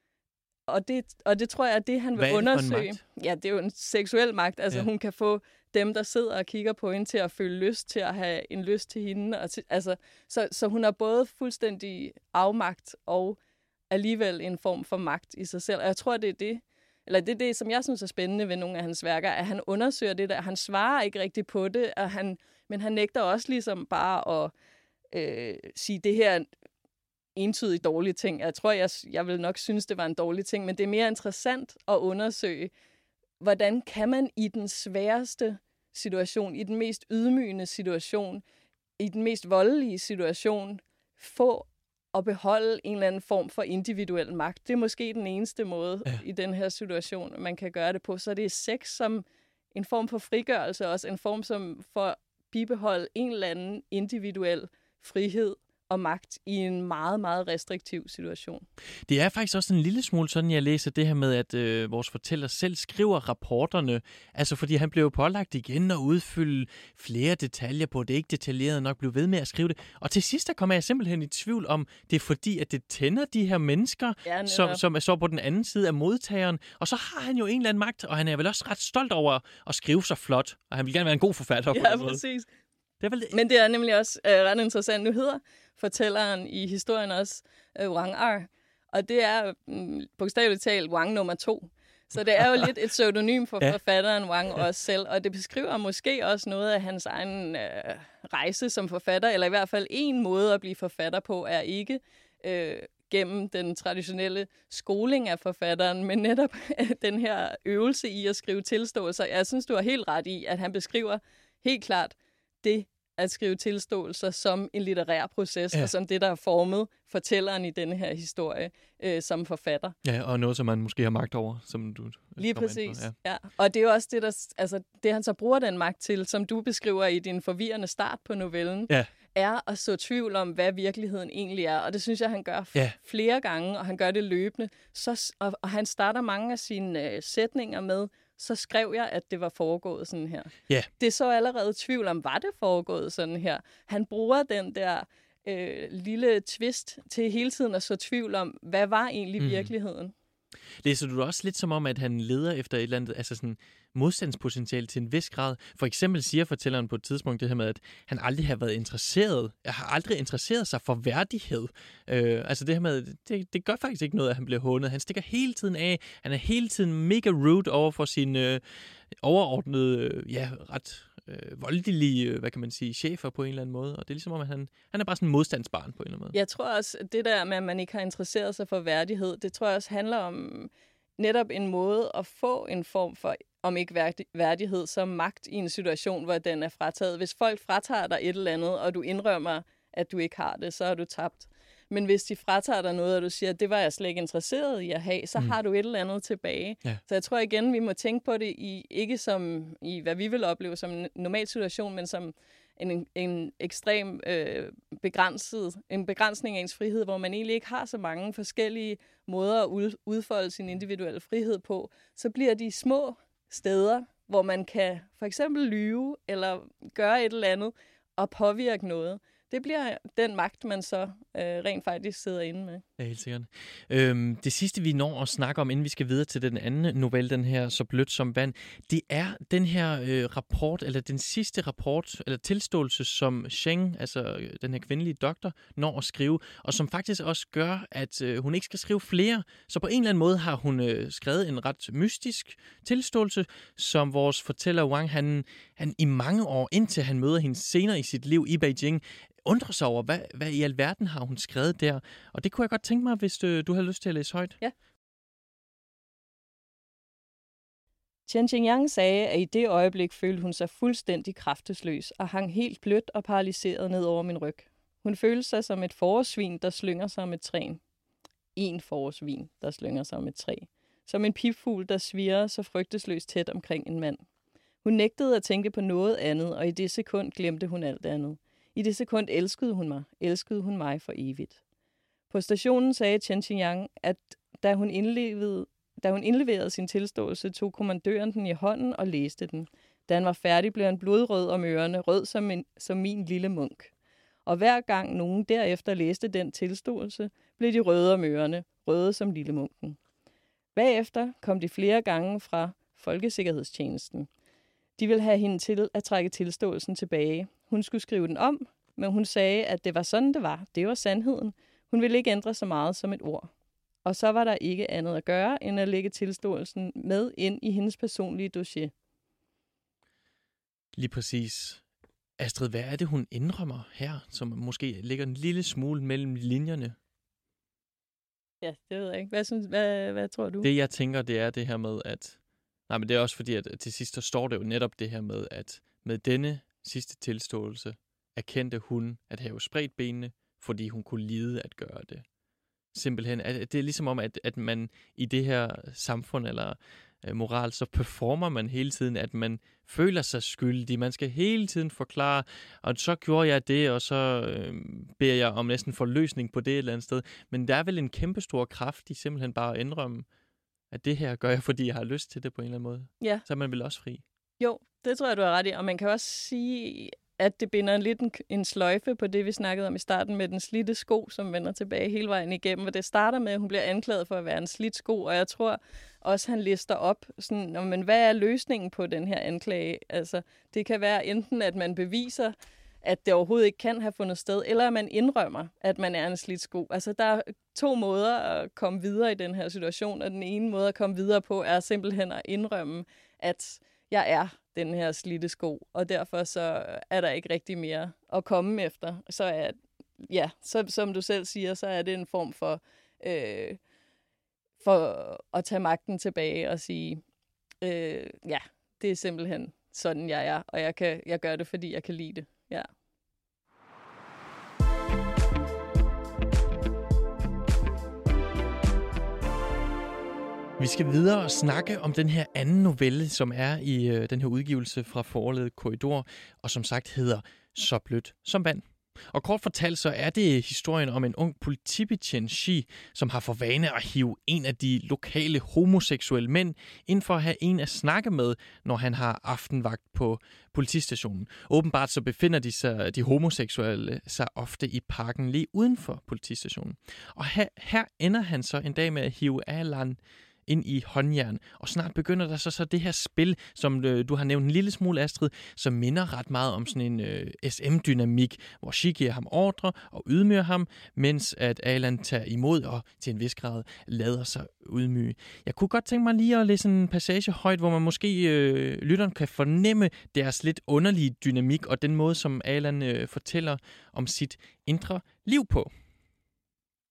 Speaker 1: Og det, og det tror jeg er det, han vil
Speaker 2: Hvad er det
Speaker 1: undersøge.
Speaker 2: magt?
Speaker 1: Ja, det er jo en seksuel magt. Altså, ja. Hun kan få dem, der sidder og kigger på hende, til at føle lyst, til at have en lyst til hende. Og til, altså, så, så hun har både fuldstændig afmagt og alligevel en form for magt i sig selv. Og jeg tror, det er det, eller det er det, som jeg synes er spændende ved nogle af hans værker, at han undersøger det der. Han svarer ikke rigtigt på det, og han, men han nægter også ligesom bare at øh, sige, det her entydigt dårlige ting. Jeg tror, jeg, jeg vil nok synes, det var en dårlig ting, men det er mere interessant at undersøge, hvordan kan man i den sværeste situation, i den mest ydmygende situation, i den mest voldelige situation, få at beholde en eller anden form for individuel magt. Det er måske den eneste måde ja. i den her situation, man kan gøre det på. Så det er sex som en form for frigørelse, også en form som for at bibeholde en eller anden individuel frihed og magt i en meget, meget restriktiv situation.
Speaker 2: Det er faktisk også en lille smule sådan, jeg læser det her med, at øh, vores fortæller selv skriver rapporterne. Altså, fordi han blev pålagt igen at udfylde flere detaljer på det, ikke detaljeret nok, blev ved med at skrive det. Og til sidst, der kommer jeg simpelthen i tvivl om, det er fordi, at det tænder de her mennesker, ja, som, som er så på den anden side af modtageren. Og så har han jo en eller anden magt, og han er vel også ret stolt over at skrive så flot. Og han vil gerne være en god forfatter.
Speaker 1: Ja, på præcis.
Speaker 2: Det er vel...
Speaker 1: Men det er nemlig også øh, ret interessant. Nu hedder fortælleren i historien også øh, Wang Ar, og det er mm, bogstaveligt talt Wang nummer to. Så det er jo lidt et pseudonym for ja. forfatteren Wang også selv, og det beskriver måske også noget af hans egen øh, rejse som forfatter, eller i hvert fald en måde at blive forfatter på, er ikke øh, gennem den traditionelle skoling af forfatteren, men netop den her øvelse i at skrive tilståelser. Jeg synes, du har helt ret i, at han beskriver helt klart det at skrive tilståelser som en litterær proces, ja. og som det, der har formet fortælleren i denne her historie øh, som forfatter.
Speaker 2: Ja, og noget, som man måske har magt over, som du...
Speaker 1: Lige præcis, ja. ja. Og det er jo også det, der, altså, det, han så bruger den magt til, som du beskriver i din forvirrende start på novellen, ja. er at så tvivl om, hvad virkeligheden egentlig er. Og det synes jeg, han gør f- ja. flere gange, og han gør det løbende. Så, og, og han starter mange af sine øh, sætninger med, så skrev jeg, at det var foregået sådan her. Yeah. Det er så allerede tvivl om, var det foregået sådan her. Han bruger den der øh, lille twist til hele tiden at så tvivl om, hvad var egentlig mm. virkeligheden.
Speaker 2: Læser du også lidt som om, at han leder efter et eller andet altså sådan modstandspotentiale til en vis grad? For eksempel siger fortælleren på et tidspunkt det her med, at han aldrig har været interesseret, har aldrig interesseret sig for værdighed. Øh, altså det her med, det, det gør faktisk ikke noget, at han bliver hånet. Han stikker hele tiden af. Han er hele tiden mega rude over for sin øh, overordnede, øh, ja, ret øh, voldelige, hvad kan man sige, chefer på en eller anden måde. Og det er ligesom om, at han, han er bare sådan en modstandsbarn på en eller anden måde.
Speaker 1: Jeg tror også, at det der med, at man ikke har interesseret sig for værdighed, det tror jeg også handler om netop en måde at få en form for om ikke værdi- værdighed, som magt i en situation, hvor den er frataget. Hvis folk fratager dig et eller andet, og du indrømmer, at du ikke har det, så er du tabt. Men hvis de fratager dig noget, og du siger, at det var jeg slet ikke interesseret i at have, så mm. har du et eller andet tilbage. Ja. Så jeg tror igen, vi må tænke på det i ikke som i, hvad vi vil opleve som en normal situation, men som en, en ekstrem øh, begrænset, en begrænsning af ens frihed, hvor man egentlig ikke har så mange forskellige måder at udfolde sin individuelle frihed på. Så bliver de små steder, hvor man kan for eksempel lyve eller gøre et eller andet og påvirke noget. Det bliver den magt, man så øh, rent faktisk sidder inde med.
Speaker 2: Ja, helt sikkert. Øhm, det sidste, vi når at snakke om, inden vi skal videre til den anden novelle, den her Så blødt som vand, det er den her øh, rapport, eller den sidste rapport, eller tilståelse, som Cheng, altså den her kvindelige doktor, når at skrive, og som faktisk også gør, at øh, hun ikke skal skrive flere. Så på en eller anden måde har hun øh, skrevet en ret mystisk tilståelse, som vores fortæller Wang, han, han i mange år, indtil han møder hende senere i sit liv i Beijing, undrer sig over, hvad, hvad i alverden har hun skrevet der. Og det kunne jeg godt tænke mig, hvis du, du har lyst til at læse højt.
Speaker 1: Ja. Chen Qingyang sagde, at i det øjeblik følte hun sig fuldstændig kraftesløs og hang helt blødt og paralyseret ned over min ryg. Hun følte sig som et forårssvin, der slynger sig om et træ. En forårssvin, der slynger sig om et træ. Som en pipfugl, der svirrer så frygtesløst tæt omkring en mand. Hun nægtede at tænke på noget andet, og i det sekund glemte hun alt andet. I det sekund elskede hun mig, elskede hun mig for evigt. På stationen sagde Chen Qingyang, at da hun, indlevede, da hun indleverede sin tilståelse, tog kommandøren den i hånden og læste den. Da han var færdig, blev han blodrød om ørerne, rød som, en, som min lille munk. Og hver gang nogen derefter læste den tilståelse, blev de røde om ørerne, røde som lille munken. Bagefter kom de flere gange fra Folkesikkerhedstjenesten. De ville have hende til at trække tilståelsen tilbage. Hun skulle skrive den om, men hun sagde, at det var sådan, det var. Det var sandheden. Hun ville ikke ændre så meget som et ord. Og så var der ikke andet at gøre, end at lægge tilståelsen med ind i hendes personlige dossier.
Speaker 2: Lige præcis. Astrid, hvad er det, hun indrømmer her, som måske ligger en lille smule mellem linjerne?
Speaker 1: Ja, det ved jeg ikke. Hvad, synes, hvad, hvad tror du?
Speaker 2: Det, jeg tænker, det er det her med, at... Nej, men det er også fordi, at til sidst der står det jo netop det her med, at med denne sidste tilståelse erkendte hun at have spredt benene, fordi hun kunne lide at gøre det. Simpelthen, at det er ligesom om, at, at man i det her samfund eller øh, moral, så performer man hele tiden, at man føler sig skyldig. Man skal hele tiden forklare, og så gjorde jeg det, og så øh, beder jeg om næsten forløsning på det et eller andet sted. Men der er vel en kæmpestor kraft i simpelthen bare at indrømme, at det her gør jeg, fordi jeg har lyst til det på en eller anden måde.
Speaker 1: Ja.
Speaker 2: Så er man vel også fri.
Speaker 1: Jo, det tror jeg, du har ret i. Og man kan også sige, at det binder lidt en, en sløjfe på det, vi snakkede om i starten med den slidte sko, som vender tilbage hele vejen igennem. Og det starter med, at hun bliver anklaget for at være en slidt sko, og jeg tror også, han lister op, sådan, men hvad er løsningen på den her anklage? Altså, det kan være enten, at man beviser, at det overhovedet ikke kan have fundet sted, eller at man indrømmer, at man er en slidt sko. Altså, der er to måder at komme videre i den her situation, og den ene måde at komme videre på, er simpelthen at indrømme, at jeg er den her slidte sko, og derfor så er der ikke rigtig mere at komme efter. Så er, ja, så, som du selv siger, så er det en form for, øh, for at tage magten tilbage og sige, øh, ja, det er simpelthen sådan, jeg er, og jeg, kan, jeg gør det, fordi jeg kan lide det. Ja.
Speaker 2: Vi skal videre og snakke om den her anden novelle, som er i øh, den her udgivelse fra forlaget Korridor, og som sagt hedder Så blødt som vand. Og kort fortalt så er det historien om en ung politibetjent Xi, som har for vane at hive en af de lokale homoseksuelle mænd ind for at have en at snakke med, når han har aftenvagt på politistationen. Åbenbart så befinder de, sig, de homoseksuelle sig ofte i parken lige uden for politistationen. Og her, her ender han så en dag med at hive Alan ind i håndjern. Og snart begynder der så, så det her spil, som øh, du har nævnt en lille smule, Astrid, som minder ret meget om sådan en øh, S M-dynamik, hvor Xi giver ham ordre og ydmyger ham, mens at Alan tager imod og til en vis grad lader sig ydmyge. Jeg kunne godt tænke mig lige at læse en passage højt, hvor man måske øh, lytteren kan fornemme deres lidt underlige dynamik og den måde, som Alan øh, fortæller om sit indre liv på.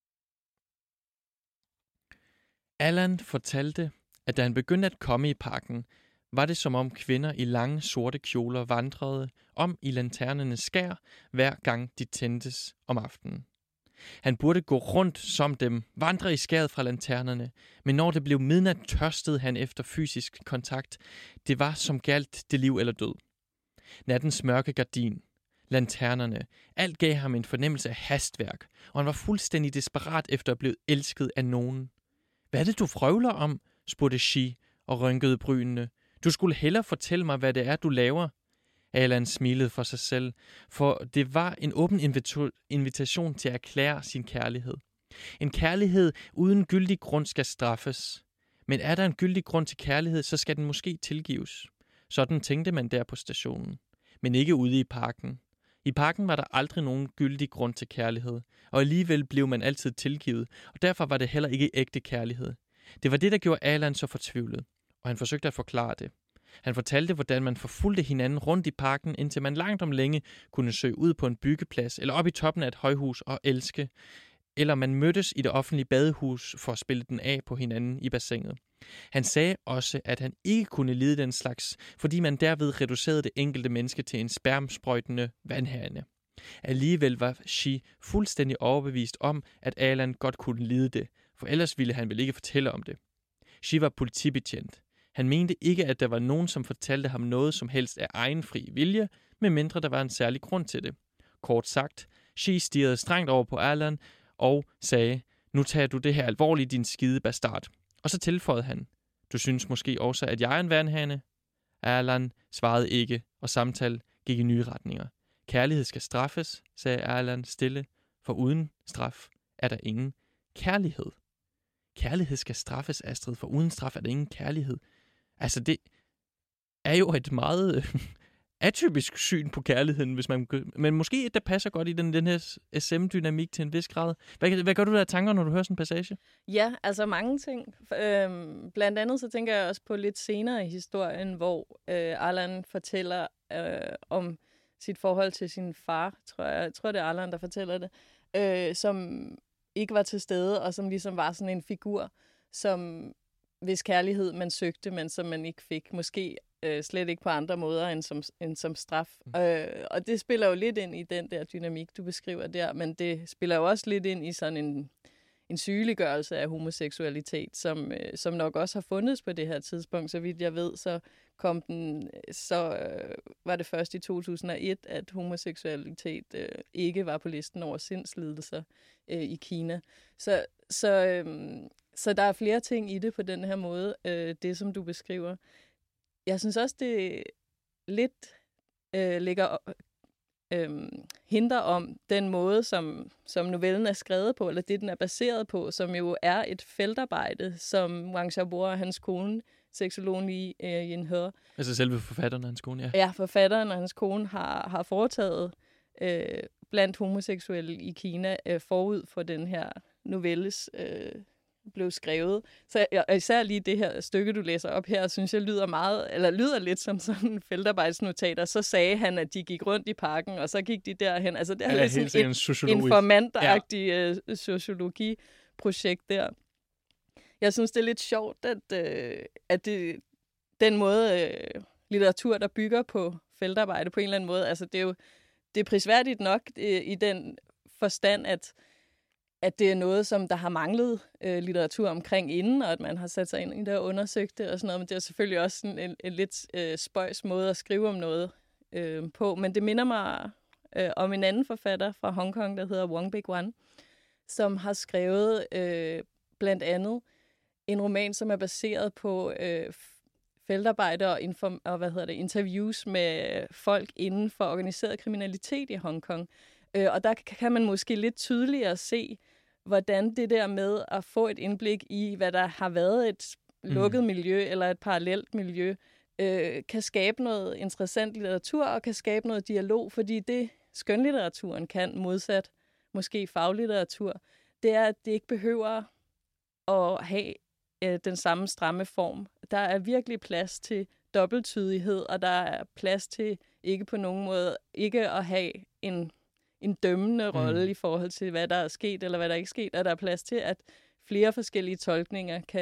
Speaker 2: Alan fortalte, at da han begyndte at komme i parken, var det som om kvinder i lange sorte kjoler vandrede om i lanternernes skær, hver gang de tændtes om aftenen. Han burde gå rundt som dem, vandre i skæret fra lanternerne, men når det blev midnat, tørstede han efter fysisk kontakt. Det var som galt det liv eller død. Nattens mørke gardin, lanternerne, alt gav ham en fornemmelse af hastværk, og han var fuldstændig desperat efter at blive elsket af nogen. Hvad er det, du frøvler om? spurgte Xi og rynkede brynene. Du skulle hellere fortælle mig, hvad det er, du laver. Alan smilede for sig selv, for det var en åben invita- invitation til at erklære sin kærlighed. En kærlighed uden gyldig grund skal straffes. Men er der en gyldig grund til kærlighed, så skal den måske tilgives. Sådan tænkte man der på stationen. Men ikke ude i parken. I parken var der aldrig nogen gyldig grund til kærlighed, og alligevel blev man altid tilgivet, og derfor var det heller ikke ægte kærlighed. Det var det, der gjorde Alan så fortvivlet, og han forsøgte at forklare det. Han fortalte, hvordan man forfulgte hinanden rundt i parken, indtil man langt om længe kunne søge ud på en byggeplads eller op i toppen af et højhus og elske, eller man mødtes i det offentlige badehus for at spille den af på hinanden i bassinet. Han sagde også, at han ikke kunne lide den slags, fordi man derved reducerede det enkelte menneske til en spermsprøjtende vandhane. Alligevel var Xi fuldstændig overbevist om, at Alan godt kunne lide det, for ellers ville han vel ikke fortælle om det. Xi var politibetjent. Han mente ikke, at der var nogen, som fortalte ham noget som helst af egen fri vilje, medmindre der var en særlig grund til det. Kort sagt, Xi stirrede strengt over på Alan og sagde, nu tager du det her alvorligt, din skide bastard. Og så tilføjede han, du synes måske også, at jeg er en vandhane? Alan svarede ikke, og samtalen gik i nye retninger. Kærlighed skal straffes, sagde Alan stille, for uden straf er der ingen kærlighed. Kærlighed skal straffes, Astrid, for uden straf er der ingen kærlighed. Altså, det er jo et meget atypisk syn på kærligheden, hvis man, men måske det passer godt i den, den her S M-dynamik til en vis grad. Hvad, hvad gør du der af tanker, når du hører sådan en passage?
Speaker 1: Ja, altså mange ting. Øhm, blandt andet så tænker jeg også på lidt senere i historien, hvor øh, Alan fortæller øh, om sit forhold til sin far, tror jeg. Jeg tror, det er Alan, der fortæller det, øh, som ikke var til stede, og som ligesom var sådan en figur, som hvis kærlighed man søgte, men som man ikke fik. Måske øh, slet ikke på andre måder end som, end som straf. Mm. Øh, og det spiller jo lidt ind i den der dynamik, du beskriver der, men det spiller jo også lidt ind i sådan en, en sygeliggørelse af homoseksualitet, som, øh, som nok også har fundet på det her tidspunkt. Så vidt jeg ved, så kom den, så øh, var det først i to tusind og et, at homoseksualitet øh, ikke var på listen over sindslidelser øh, i Kina. Så, så, øh, så der er flere ting i det på den her måde, øh, det som du beskriver. Jeg synes også, det lidt øh, ligger øh, hindrer om den måde, som, som novellen er skrevet på, eller det, den er baseret på, som jo er et feltarbejde, som Wang Xiaobo og hans kone, seksologen Li øh, Jinhe.
Speaker 2: Altså selve forfatteren og hans kone, ja.
Speaker 1: Ja, forfatteren og hans kone har, har foretaget øh, blandt homoseksuelle i Kina øh, forud for den her novelles øh, blev skrevet. Så og især lige det her stykke, du læser op her, synes jeg lyder meget, eller lyder lidt som sådan en feltarbejdsnotat, og så sagde han, at de gik rundt i parken, og så gik de derhen. Altså det er ja, lidt sådan et informantagtigt ja. øh, sociologiprojekt der. Jeg synes, det er lidt sjovt, at, øh, at det, den måde øh, litteratur, der bygger på feltarbejde på en eller anden måde, altså det er jo det er prisværdigt nok øh, i den forstand, at at det er noget, som der har manglet øh, litteratur omkring inden, og at man har sat sig ind i det og undersøgt det og sådan noget, men det er selvfølgelig også sådan en, en lidt øh, spøjs måde at skrive om noget øh, på, men det minder mig øh, om en anden forfatter fra Hongkong, der hedder Wong Big-Wan, som har skrevet øh, blandt andet en roman, som er baseret på øh, feltarbejde og, inform- og hvad hedder det, interviews med folk inden for organiseret kriminalitet i Hongkong. Øh, og der kan man måske lidt tydeligere se, hvordan det der med at få et indblik i, hvad der har været et lukket mm. miljø eller et parallelt miljø, øh, kan skabe noget interessant litteratur og kan skabe noget dialog, fordi det skønlitteraturen kan, modsat måske faglitteratur, det er, at det ikke behøver at have øh, den samme stramme form. Der er virkelig plads til dobbelttydighed, og der er plads til ikke på nogen måde ikke at have en en dømmende rolle mm. i forhold til, hvad der er sket, eller hvad der ikke er sket, og der er plads til, at flere forskellige tolkninger kan,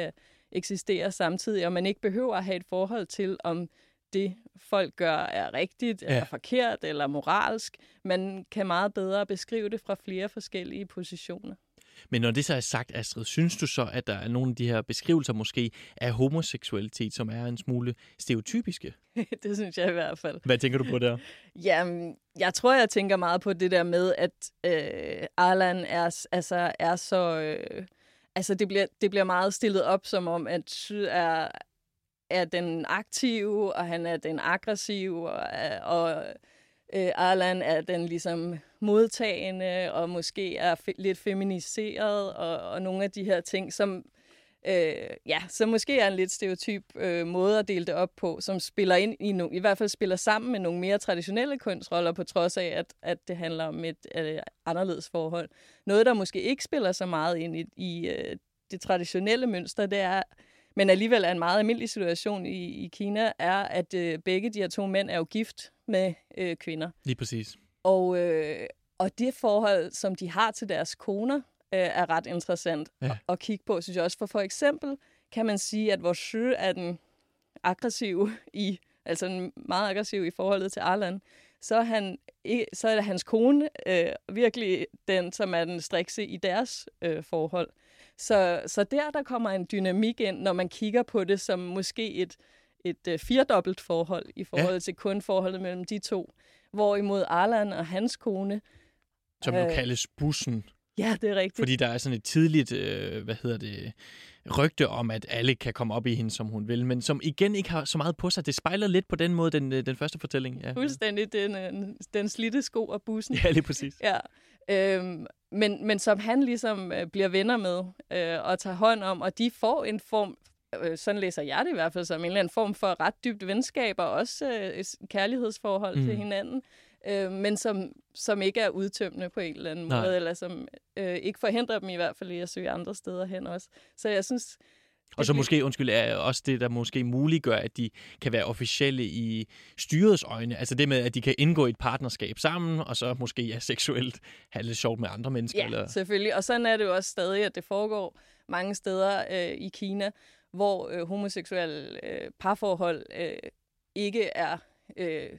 Speaker 1: eksisterer samtidig, og man ikke behøver at have et forhold til, om det folk gør er rigtigt, ja. eller forkert, eller moralsk. Man kan meget bedre beskrive det fra flere forskellige positioner.
Speaker 2: Men når det så er sagt, Astrid, synes du så, at der er nogle af de her beskrivelser måske af homoseksualitet, som er en smule stereotypiske?
Speaker 1: Det synes jeg i hvert fald.
Speaker 2: Hvad tænker du på der?
Speaker 1: Jamen, jeg tror, jeg tænker meget på det der med, at øh, Arlan er, altså, er så... Øh, altså, det bliver, det bliver meget stillet op, som om, at Syd er, er den aktive, og han er den aggressive, og... og Øh, Arlan er den ligesom modtagende, og måske er fe- lidt feminiseret, og, og nogle af de her ting, som, øh, ja, som måske er en lidt stereotyp øh, måde at dele det op på, som spiller ind i, no- i hvert fald spiller sammen med nogle mere traditionelle kønsroller, på trods af, at, at det handler om et øh, anderledes forhold. Noget, der måske ikke spiller så meget ind i, i øh, det traditionelle mønster, det er, men alligevel er en meget almindelig situation i, i Kina, er, at øh, begge de her to mænd er jo gift med øh, kvinder.
Speaker 2: Lige præcis.
Speaker 1: Og, øh, og det forhold, som de har til deres koner, øh, er ret interessant ja. at, at kigge på, synes jeg også. For for eksempel kan man sige, at vores Shu er den aggressive i, altså den meget aggressiv i forholdet til Arlan, så er, han, så er hans kone øh, virkelig den, som er den strikse i deres øh, forhold. Så, så der, der kommer en dynamik ind, når man kigger på det som måske et, et uh, firedobbelt forhold i forhold ja. til kun forholdet mellem de to. Hvorimod Arlan og hans kone...
Speaker 2: Som jo øh, kaldes bussen.
Speaker 1: Ja, det er rigtigt.
Speaker 2: Fordi der er sådan et tidligt, øh, hvad hedder det, rygte om, at alle kan komme op i hende, som hun vil, men som igen ikke har så meget på sig. Det spejler lidt på den måde, den, den første fortælling. Ja.
Speaker 1: Fuldstændig den, den slidte sko og bussen.
Speaker 2: Ja, lige præcis.
Speaker 1: Ja. Øhm, men, men som han ligesom øh, bliver venner med øh, og tager hånd om, og de får en form, øh, sådan læser jeg det i hvert fald, som en eller anden form for ret dybt venskab og også øh, kærlighedsforhold mm. til hinanden, øh, men som, som ikke er udtømmende på en eller anden Nej. måde, eller som øh, ikke forhindrer dem i hvert fald i at søge andre steder hen også. Så jeg synes...
Speaker 2: Og så måske, undskyld, er også det, der måske muliggør, at de kan være officielle i styrets øjne. Altså det med, at de kan indgå i et partnerskab sammen, og så måske ja, seksuelt have lidt sjovt med andre mennesker.
Speaker 1: Ja, eller... selvfølgelig. Og sådan er det jo også stadig, at det foregår mange steder øh, i Kina, hvor øh, homoseksuelle øh, parforhold øh, ikke er... Øh,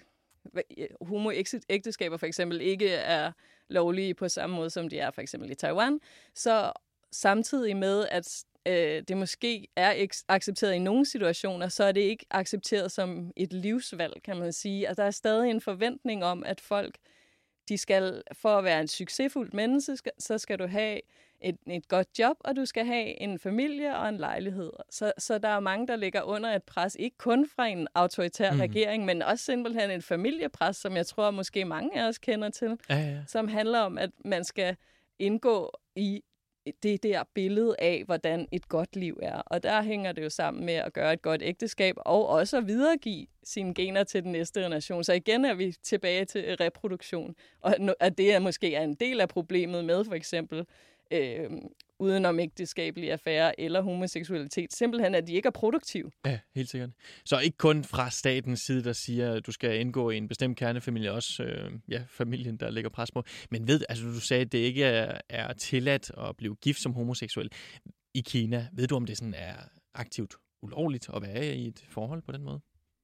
Speaker 1: homoægteskaber for eksempel ikke er lovlige på samme måde, som de er for eksempel i Taiwan. Så samtidig med, at øh, det måske er ek- accepteret i nogle situationer, så er det ikke accepteret som et livsvalg, kan man sige. Altså, der er stadig en forventning om, at folk, de skal, for at være en succesfuld menneske, så skal du have et, et godt job, og du skal have en familie og en lejlighed. Så, så der er mange, der ligger under et pres, ikke kun fra en autoritær mm. regering, men også simpelthen et familiepres, som jeg tror måske mange af os kender til,
Speaker 2: ja, ja.
Speaker 1: som handler om, at man skal indgå i det der billede af, hvordan et godt liv er. Og der hænger det jo sammen med at gøre et godt ægteskab, og også at videregive sine gener til den næste generation. Så igen er vi tilbage til reproduktion. Og at det er måske er en del af problemet med for eksempel øh, udenom ægteskabelige affærer eller homoseksualitet. Simpelthen, at de ikke er produktive.
Speaker 2: Ja, helt sikkert. Så ikke kun fra statens side, der siger, at du skal indgå i en bestemt kernefamilie, også øh, ja, familien, der lægger pres på. Men ved, altså du sagde, at det ikke er, er tilladt at blive gift som homoseksuel i Kina. Ved du, om det sådan er aktivt ulovligt at være i et forhold på den måde?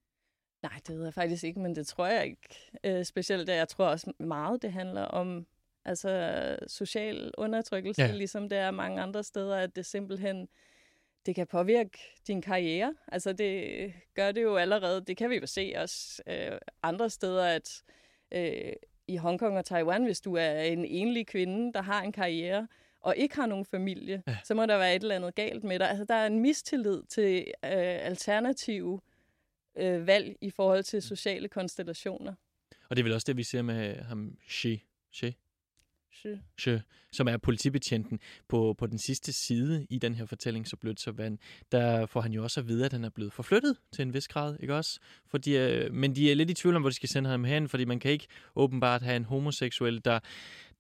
Speaker 1: Nej, det ved jeg faktisk ikke, men det tror jeg ikke. Øh, specielt, jeg tror også meget, det handler om altså social undertrykkelse, ja. Ligesom det er mange andre steder, at det simpelthen, det kan påvirke din karriere. Altså det gør det jo allerede, det kan vi jo se også øh, andre steder, at øh, i Hongkong og Taiwan, hvis du er en enlig kvinde, der har en karriere, og ikke har nogen familie, ja. Så må der være et eller andet galt med dig. Altså der er en mistillid til øh, alternative øh, valg i forhold til sociale konstellationer.
Speaker 2: Og det er vel også det, vi ser med ham, Xi, Xi?
Speaker 1: Xi.
Speaker 2: Xi, som er politibetjenten på, på den sidste side i den her fortælling, så blødt så vand. Der får han jo også at vide, at han er blevet forflyttet til en vis grad, ikke også? Fordi, øh, men de er lidt i tvivl om, hvor de skal sende ham hen, fordi man kan ikke åbenbart have en homoseksuel, der,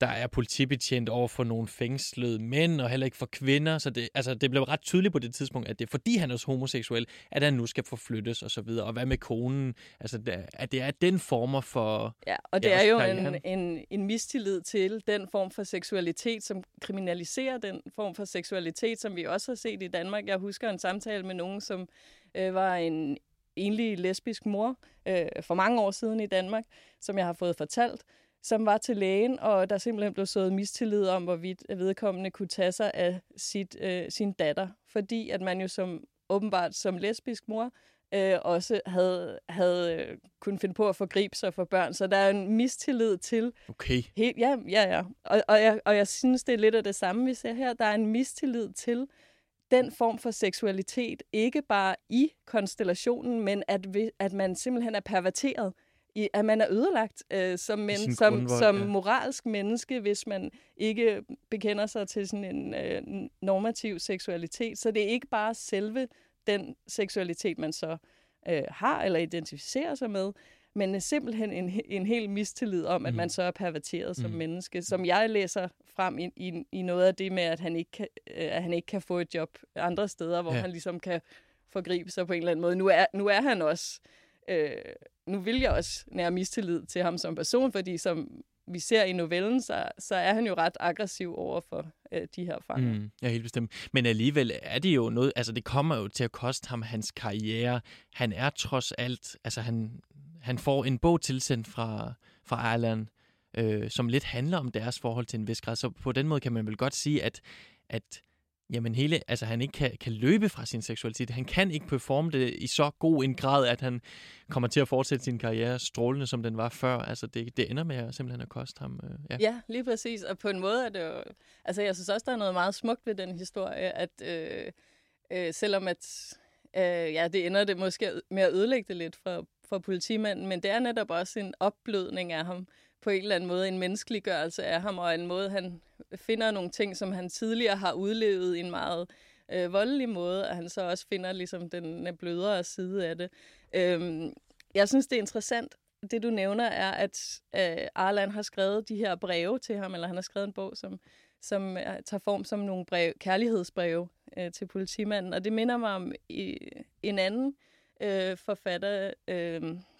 Speaker 2: der er politibetjent over for nogle fængslede mænd, og heller ikke for kvinder. Så det, altså, det blev ret tydeligt på det tidspunkt, at det er fordi han er homoseksuel, at han nu skal forflyttes og så videre. Og hvad med konen? Altså, det, at det er den former for...
Speaker 1: Ja, og det er jo en, en, en mistillid til den form for seksualitet, som kriminaliserer den form for seksualitet, som vi også har set i Danmark. Jeg husker en samtale med nogen, som øh, var en enlig lesbisk mor øh, for mange år siden i Danmark, som jeg har fået fortalt, som var til lægen, og der simpelthen blev sået mistillid om, hvorvidt vedkommende kunne tage sig af sit, øh, sin datter, fordi at man jo som åbenbart som lesbisk mor øh, også havde, havde øh, kunnet finde på at forgribe sig for børn. Så der er en mistillid til...
Speaker 2: Okay.
Speaker 1: Helt, ja, ja, ja. Og, og, jeg, og jeg synes, det er lidt af det samme, vi ser her. Der er en mistillid til den form for seksualitet, ikke bare i konstellationen, men at, vi, at man simpelthen er perverteret, i, at man er ødelagt øh, som, men, som, grundvold, som ja. moralsk menneske, hvis man ikke bekender sig til sådan en øh, normativ seksualitet. Så det er ikke bare selve den seksualitet, man så øh, har eller identificerer sig med, men simpelthen en, en hel mistillid om, mm. at man så er perverteret som mm. menneske, som jeg læser frem i, i, i noget af det med, at han ikke kan, øh, at han ikke kan få et job andre steder, hvor ja. han ligesom kan forgribe sig på en eller anden måde. Nu er, nu er han også... Øh, nu vil jeg også nære mistillid til ham som person, fordi som vi ser i novellen, så, så er han jo ret aggressiv over for øh, de her fanger.
Speaker 2: Mm, ja, helt bestemt. Men alligevel er det jo noget, altså det kommer jo til at koste ham hans karriere. Han er trods alt, altså han, han får en bog tilsendt fra, fra Ireland, øh, som lidt handler om deres forhold til en vis grad. Så på den måde kan man vel godt sige, at, at jamen hele, altså han ikke kan, kan løbe fra sin seksualitet. Han kan ikke performe det i så god en grad, at han kommer til at fortsætte sin karriere strålende, som den var før. Altså det, det ender med at simpelthen at koste ham. Øh, ja.
Speaker 1: ja, lige præcis. Og på en måde er det jo... Altså jeg synes også, der er noget meget smukt ved den historie, at øh, øh, selvom at... Øh, ja, det ender det måske med at ødelægge det lidt for, for politimanden, men det er netop også en opblødning af ham på en eller anden måde, en menneskeliggørelse af ham, og en måde, han finder nogle ting, som han tidligere har udlevet i en meget øh, voldelig måde, og han så også finder ligesom den blødere side af det. Øhm, jeg synes, det er interessant. Det, du nævner, er, at øh, Arlan har skrevet de her breve til ham, eller han har skrevet en bog, som, som øh, tager form som nogle brev, kærlighedsbreve øh, til politimanden, og det minder mig om i, en anden øh, forfatter, øh,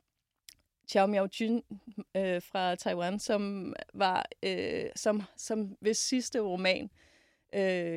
Speaker 1: Chao Miao-jun øh, fra Taiwan, som var øh, som som ved sidste roman, øh,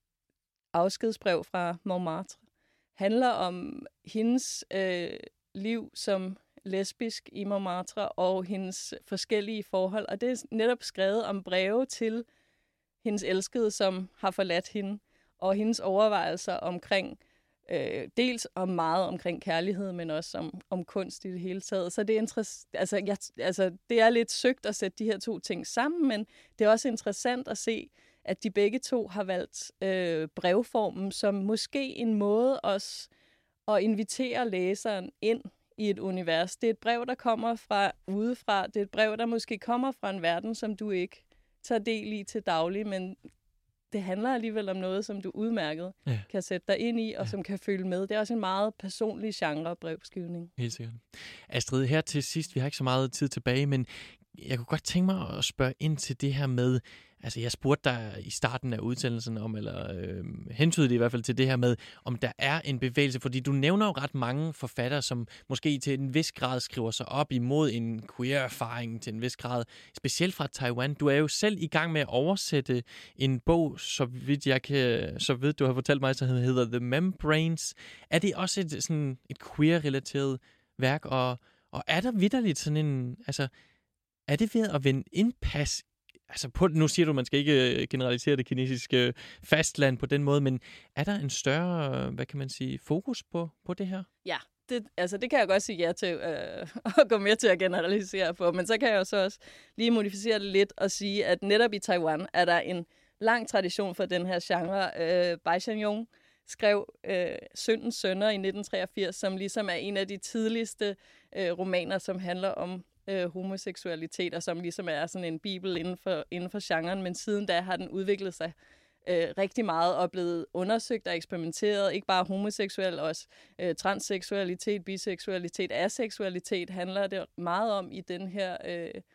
Speaker 1: Afskedsbrev fra Montmartre, handler om hendes øh, liv som lesbisk i Montmartre og hendes forskellige forhold. Og det er netop skrevet om breve til hendes elskede, som har forladt hende, og hendes overvejelser omkring Øh, dels om meget omkring kærlighed, men også om, om kunst i det hele taget. Så det er, interess- altså, jeg, altså, det er lidt søgt at sætte de her to ting sammen, men det er også interessant at se, at de begge to har valgt øh, brevformen som måske en måde også at invitere læseren ind i et univers. Det er et brev, der kommer fra udefra. Det er et brev, der måske kommer fra en verden, som du ikke tager del i til daglig, men det handler alligevel om noget, som du udmærket ja. kan sætte dig ind i, og ja. som kan følge med. Det er også en meget personlig genre brevskrivning.
Speaker 2: Helt sikkert. Astrid, her til sidst, vi har ikke så meget tid tilbage, men jeg kunne godt tænke mig at spørge ind til det her med, altså jeg spurgte dig i starten af udsendelsen om, eller øh, hentydede det i hvert fald til det her med, om der er en bevægelse, fordi du nævner jo ret mange forfattere, som måske til en vis grad skriver sig op imod en queer-erfaring til en vis grad, specielt fra Taiwan. Du er jo selv i gang med at oversætte en bog, så vidt jeg kan, så ved du har fortalt mig, så hedder The Membranes. Er det også et, sådan et queer-relateret værk, og, og er der vitterligt sådan en, altså er det ved at vende indpas? Altså på, nu siger du, at man skal ikke generalisere det kinesiske fastland på den måde, men er der en større, hvad kan man sige, fokus på, på det her?
Speaker 1: Ja, det, altså det kan jeg godt sige ja til øh, at gå med til at generalisere på, men så kan jeg jo så også lige modificere det lidt og sige, at netop i Taiwan er der en lang tradition for den her genre. Øh, Bai Shan-yong skrev øh, Syndens sønner i nitten treogfirs, som ligesom er en af de tidligste øh, romaner, som handler om Øh, homoseksualitet, og som ligesom er sådan en bibel inden for, inden for genren, men siden da har den udviklet sig øh, rigtig meget og blevet undersøgt og eksperimenteret, ikke bare homoseksuel, også øh, transseksualitet, biseksualitet, aseksualitet handler det meget om i den her øh,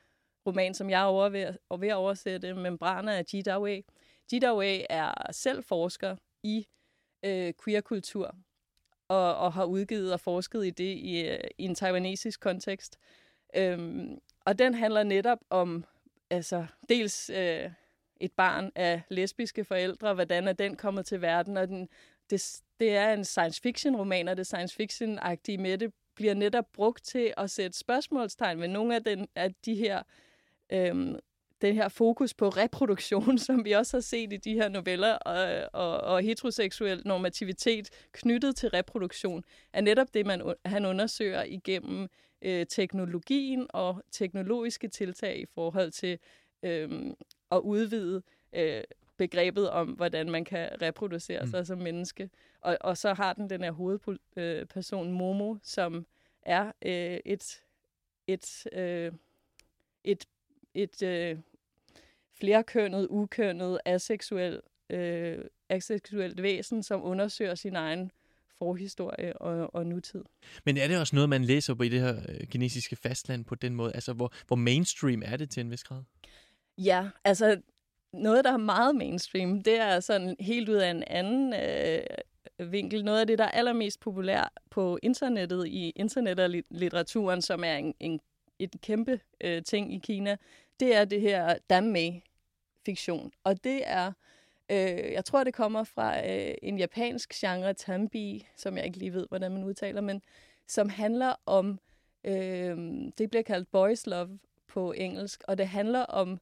Speaker 1: roman, som jeg er over ved, og ved at oversætte, Membraner af Ji Dawei. Ji Dawei er selv forsker i øh, queerkultur, og, og har udgivet og forsket i det i, øh, i en taiwanesisk kontekst. Øhm, og den handler netop om altså, dels øh, et barn af lesbiske forældre, hvordan er den kommet til verden, og den, det, det er en science fiction roman, og det science fiction-agtige med det bliver netop brugt til at sætte spørgsmålstegn ved nogle af, den, af de her øhm, den her fokus på reproduktion, som vi også har set i de her noveller, og, og, og heteroseksuel normativitet knyttet til reproduktion, er netop det, man, han undersøger igennem øh, teknologien og teknologiske tiltag i forhold til øh, at udvide øh, begrebet om, hvordan man kan reproducere mm. sig som menneske. Og, og så har den den her hovedperson, Momo, som er øh, et, et, øh, et et øh, flerkønnet, ukønnet, aseksuel, øh, aseksuelt væsen, som undersøger sin egen forhistorie og, og nutid.
Speaker 2: Men er det også noget, man læser på i det her øh, kinesiske fastland på den måde? Altså, hvor, hvor mainstream er det til en vis grad?
Speaker 1: Ja, altså noget, der er meget mainstream, det er sådan helt ud af en anden øh, vinkel. Noget af det, der er allermest populært på internettet, i internet og litteraturen, som er en, en et kæmpe øh, ting i Kina, det er det her danmei-fiktion. Og det er, øh, jeg tror, det kommer fra øh, en japansk genre, tanbi, som jeg ikke lige ved, hvordan man udtaler, men som handler om, øh, det bliver kaldt boys love på engelsk, og det handler om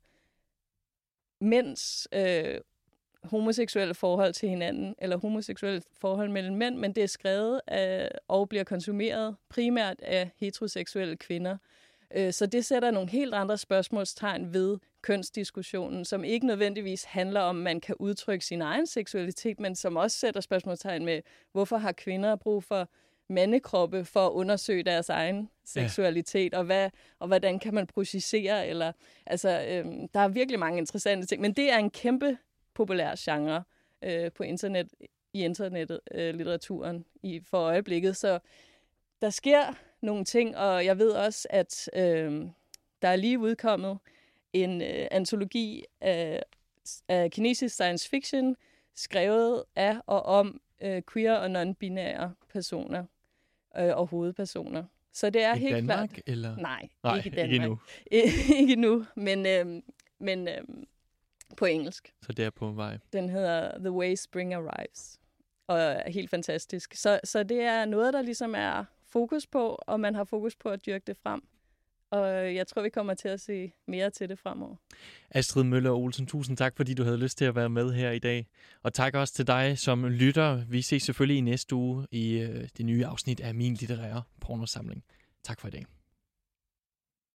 Speaker 1: mænds øh, homoseksuelle forhold til hinanden, eller homoseksuelle forhold mellem mænd, men det er skrevet af, og bliver konsumeret primært af heteroseksuelle kvinder. Så det sætter nogle helt andre spørgsmålstegn ved kønsdiskussionen, som ikke nødvendigvis handler om, at man kan udtrykke sin egen seksualitet, men som også sætter spørgsmålstegn med, hvorfor har kvinder brug for mandekroppe for at undersøge deres egen seksualitet, ja. og, hvad, og hvordan kan man processere, eller altså, øhm, der er virkelig mange interessante ting, men det er en kæmpe populær genre øh, på internet, i internettet, øh, litteraturen i, for øjeblikket, så der sker nogle ting, og jeg ved også, at øh, der er lige udkommet en øh, antologi af, af kinesisk science fiction, skrevet af og om øh, queer og non-binære personer øh, og hovedpersoner. Så det er
Speaker 2: I
Speaker 1: helt
Speaker 2: Danmark,
Speaker 1: klart...
Speaker 2: eller?
Speaker 1: Nej,
Speaker 2: Nej,
Speaker 1: ikke i Danmark.
Speaker 2: Ikke endnu.
Speaker 1: ikke endnu, men, øh, men øh, på engelsk.
Speaker 2: Så det er på vej. Den
Speaker 1: hedder The Way Spring Arrives, og er helt fantastisk. Så, så det er noget, der ligesom er fokus på, og man har fokus på at dyrke det frem. Og jeg tror, vi kommer til at se mere til det fremover.
Speaker 2: Astrid Møller Olsen, tusind tak, fordi du havde lyst til at være med her i dag. Og tak også til dig som lytter. Vi ses selvfølgelig i næste uge i øh, det nye afsnit af Min Litterære Pornosamling. Tak for i dag.